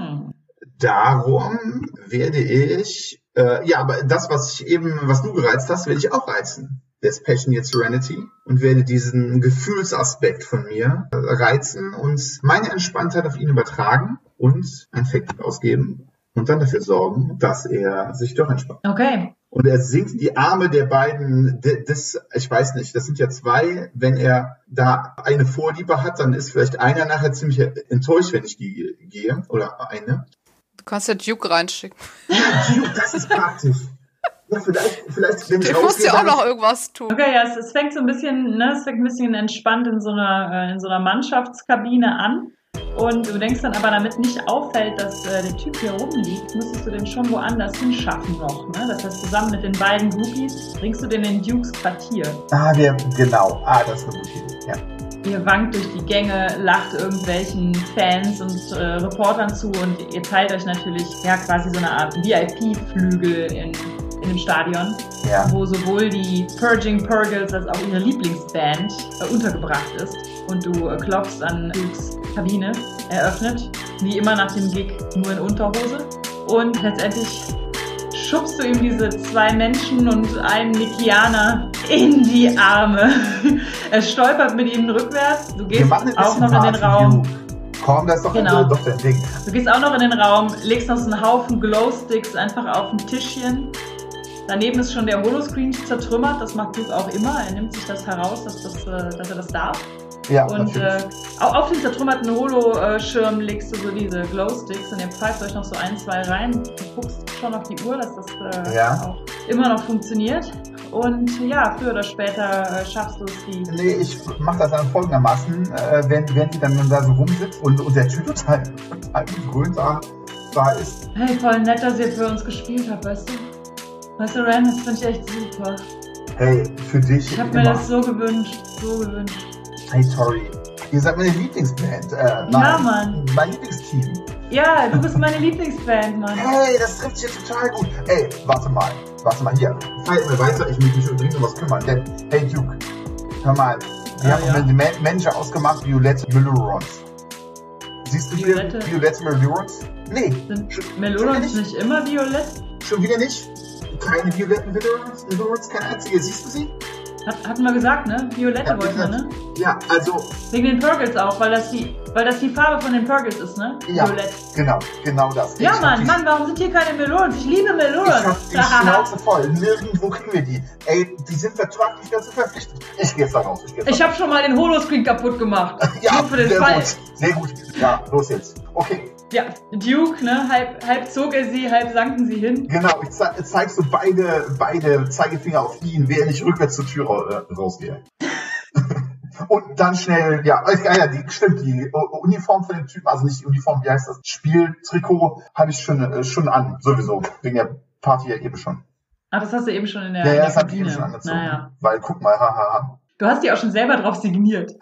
Darum werde ich, aber das, was du gereizt hast, werde ich auch reizen. Das Passion yet Serenity und werde diesen Gefühlsaspekt von mir reizen und meine Entspanntheit auf ihn übertragen und ein Fake ausgeben und dann dafür sorgen, dass er sich doch entspannt. Okay. Und er sinkt die Arme der beiden, ich weiß nicht, das sind ja 2, wenn er da eine Vorliebe hat, dann ist vielleicht einer nachher ziemlich enttäuscht, wenn ich gehe, oder eine. Du kannst ja Duke reinschicken. Ja, Duke, das ist praktisch. Ja, vielleicht wenn ich du musst ja auch noch irgendwas tun. Okay, ja, es fängt so ein bisschen, ein bisschen entspannt in so einer Mannschaftskabine an. Und du denkst dann aber, damit nicht auffällt, dass der Typ hier rumliegt, müsstest du den schon woanders hinschaffen noch. Ne? Das heißt, zusammen mit den beiden Groupies bringst du den in Dukes Quartier. Genau. Das ist eine gute Idee. Ja. Ihr wankt durch die Gänge, lacht irgendwelchen Fans und Reportern zu und ihr teilt euch natürlich quasi so eine Art VIP-Flügel in dem Stadion, wo sowohl die Purging Purgles als auch ihre Lieblingsband untergebracht ist. Und du klopfst an Dukes Kabine, eröffnet, wie immer nach dem Gig nur in Unterhose. Und letztendlich schubst du ihm diese 2 Menschen und einen Nikianer in die Arme. Er stolpert mit ihnen rückwärts. Du gehst auch noch in den Raum. Komm, das ist doch doch dein Ding. Du gehst auch noch in den Raum, legst noch so einen Haufen Glowsticks einfach auf ein Tischchen. Daneben ist schon der Holoscreen zertrümmert. Das macht Duke auch immer. Er nimmt sich das heraus, dass er das darf. Ja, und auf den zertrümmerten Holoschirm legst du so diese Glowsticks und ihr pfeift euch noch so 1, 2 rein. Du guckst schon auf die Uhr, dass das auch immer noch funktioniert. Und früher oder später schaffst du es, die... Nee, ich mach das dann folgendermaßen, wenn die dann da so rumsitzt und der Typ total grün da ist. Hey, voll nett, dass ihr für uns gespielt habt, weißt du? Weißt du, Ren, das finde ich echt super. Hey, für dich Ich hab mir das so gewünscht. Hey, sorry. Ihr seid meine Lieblingsband. Mann. Mein Lieblingsteam. Ja, du bist meine Lieblingsband, Mann. Hey, das trifft sich total gut. Ey, warte mal, hier. Fällt mir weiter, ich muss mich dringend um was kümmern. Denn, hey Duke, hör mal. Wir haben den Manager ausgemacht, Violette Melurons. Siehst du hier Violette Melurons? Nee. Sind Melurons nicht immer violett? Schon wieder nicht? Keine violetten Melurons, keine einzige. Siehst du sie? Hatten wir gesagt, ne? Violette wollten wir, ne? Ja, also... Wegen den Purgles auch, weil das die Farbe von den Purgles ist, ne? Ja, Violett. Genau das. Ja, Mann, warum sind hier keine Melons? Ich liebe Melons. Ich hab die Schnauze voll. Nirgendwo kriegen wir die. Ey, die sind vertraglich dazu verpflichtet. Ich geh jetzt da raus. Ich hab schon mal den Holoscreen kaputt gemacht. Ja, nur für den Fall. Sehr gut. Ja, los jetzt. Okay. Ja, Duke, ne? Halb zog er sie, halb sanken sie hin. Genau, ich zeig so beide Zeigefinger auf ihn, während ich rückwärts zur Tür rausgehe. Und dann schnell, die Uniform von dem Typen, also nicht die Uniform, wie heißt das? Spieltrikot habe ich schon an, sowieso, wegen der Party ja eben schon. Ach, das hast du eben schon in der das habe ich eben schon angezogen. Naja. Weil, guck mal, hahaha. Du hast die auch schon selber drauf signiert.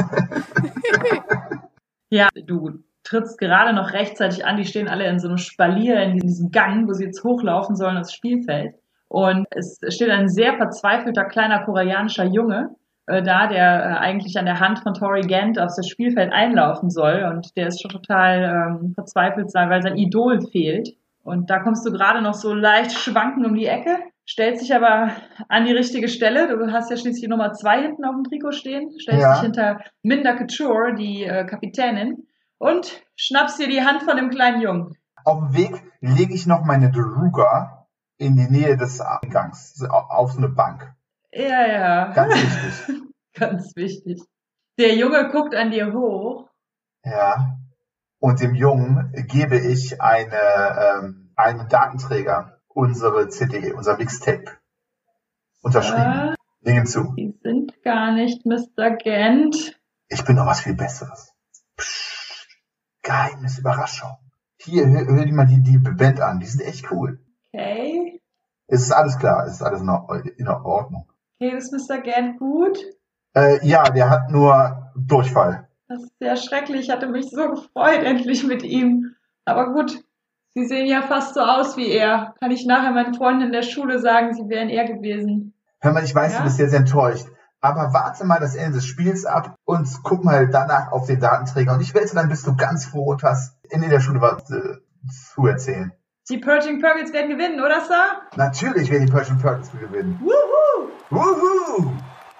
Ja, du trittst gerade noch rechtzeitig an, die stehen alle in so einem Spalier in diesem Gang, wo sie jetzt hochlaufen sollen aufs Spielfeld. Und es steht ein sehr verzweifelter kleiner koreanischer Junge der eigentlich an der Hand von Tori Gent auf das Spielfeld einlaufen soll. Und der ist schon total verzweifelt, weil sein Idol fehlt. Und da kommst du gerade noch so leicht schwankend um die Ecke, stellst dich aber an die richtige Stelle. Du hast ja schließlich die Nummer 2 hinten auf dem Trikot stehen, stellst dich hinter Minda Couture, die Kapitänin, und schnappst dir die Hand von dem kleinen Jungen. Auf dem Weg lege ich noch meine Druga in die Nähe des Eingangs, auf so eine Bank. Ja. Ganz wichtig. Ganz wichtig. Der Junge guckt an dir hoch. Ja. Und dem Jungen gebe ich einen Datenträger, unsere CD, unser Mixtape. Unterschrieben. Legen zu. Die sind gar nicht Mr. Gent. Ich bin noch was viel Besseres. Psst. Geheimnis, Überraschung. Hier, hör dir mal die Band an. Die sind echt cool. Okay. Es ist alles klar. Es ist alles in Ordnung. Okay, ist Mr. Gent gut? Ja, der hat nur Durchfall. Das ist sehr schrecklich. Ich hatte mich so gefreut, endlich mit ihm. Aber gut, Sie sehen ja fast so aus wie er. Kann ich nachher meinen Freunden in der Schule sagen, Sie wären er gewesen. Hör mal, ich weiß, du bist jetzt enttäuscht. Aber warte mal das Ende des Spiels ab und guck mal danach auf den Datenträger. Und ich wette, dann bist du ganz froh und hast in der Schule was zu erzählen. Die Purging Purgles werden gewinnen, oder Sir? Natürlich werden die Purging Purgles gewinnen. Wuhu! Wuhu!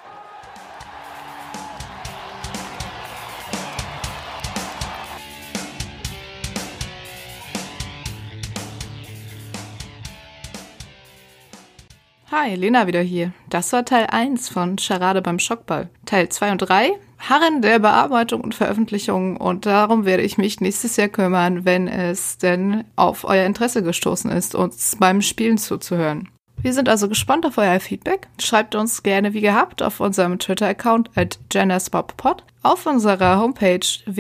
Hi, Lena wieder hier. Das war Teil 1 von Charade beim Schockball. Teil 2 und 3 harren der Bearbeitung und Veröffentlichung und darum werde ich mich nächstes Jahr kümmern, wenn es denn auf euer Interesse gestoßen ist, uns beim Spielen zuzuhören. Wir sind also gespannt auf euer Feedback. Schreibt uns gerne wie gehabt auf unserem Twitter-Account @genderswapped, auf unserer Homepage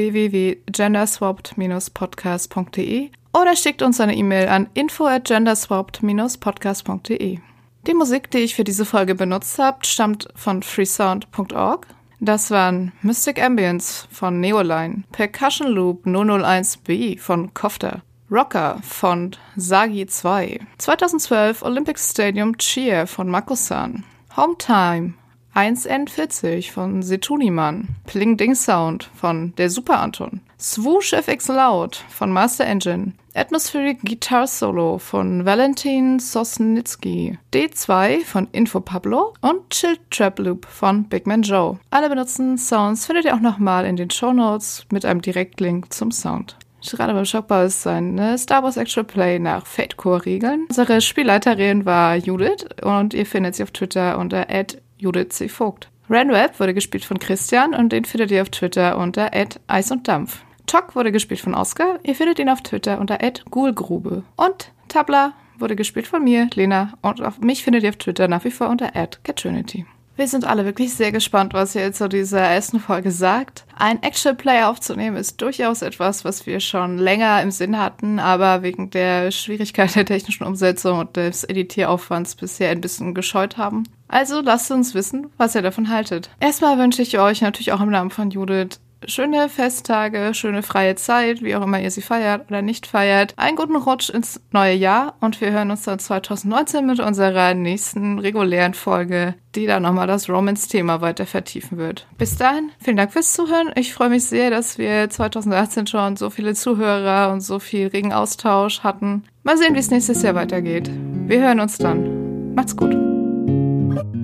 www.genderswapped-podcast.de oder schickt uns eine E-Mail an info@genderswapped-podcast.de. Die Musik, die ich für diese Folge benutzt habe, stammt von freesound.org. Das waren Mystic Ambience von Neoline, Percussion Loop 001B von Kofta, Rocker von Sagi 2, 2012 Olympic Stadium Cheer von Mako-san, Home Time 1N40 von Setuniman, Pling Ding Sound von der Super Anton, Swoosh FX Loud von Master Engine, Atmospheric Guitar Solo von Valentin Sosnitsky, D2 von Info Pablo und Chill Trap Loop von Big Man Joe. Alle benutzten Sounds findet ihr auch nochmal in den Shownotes mit einem Direktlink zum Sound. Gerade beim Schockbau ist ein Star Wars Actual Play nach Fate-Core-Regeln. Unsere Spielleiterin war Judith und ihr findet sie auf Twitter unter @judithcvogt. Ranweb wurde gespielt von Christian und den findet ihr auf Twitter unter @Eis und Dampf. Tok wurde gespielt von Oscar, ihr findet ihn auf Twitter unter @Ghoulgrube. Und Tabla wurde gespielt von mir, Lena, und auf mich findet ihr auf Twitter nach wie vor unter @Catrinity. Wir sind alle wirklich sehr gespannt, was ihr jetzt zu dieser ersten Folge sagt. Ein Action-Play aufzunehmen ist durchaus etwas, was wir schon länger im Sinn hatten, aber wegen der Schwierigkeit der technischen Umsetzung und des Editieraufwands bisher ein bisschen gescheut haben. Also lasst uns wissen, was ihr davon haltet. Erstmal wünsche ich euch natürlich auch im Namen von Judith schöne Festtage, schöne freie Zeit, wie auch immer ihr sie feiert oder nicht feiert. Einen guten Rutsch ins neue Jahr und wir hören uns dann 2019 mit unserer nächsten regulären Folge, die dann nochmal das Romance-Thema weiter vertiefen wird. Bis dahin, vielen Dank fürs Zuhören. Ich freue mich sehr, dass wir 2018 schon so viele Zuhörer und so viel regen Austausch hatten. Mal sehen, wie es nächstes Jahr weitergeht. Wir hören uns dann. Macht's gut.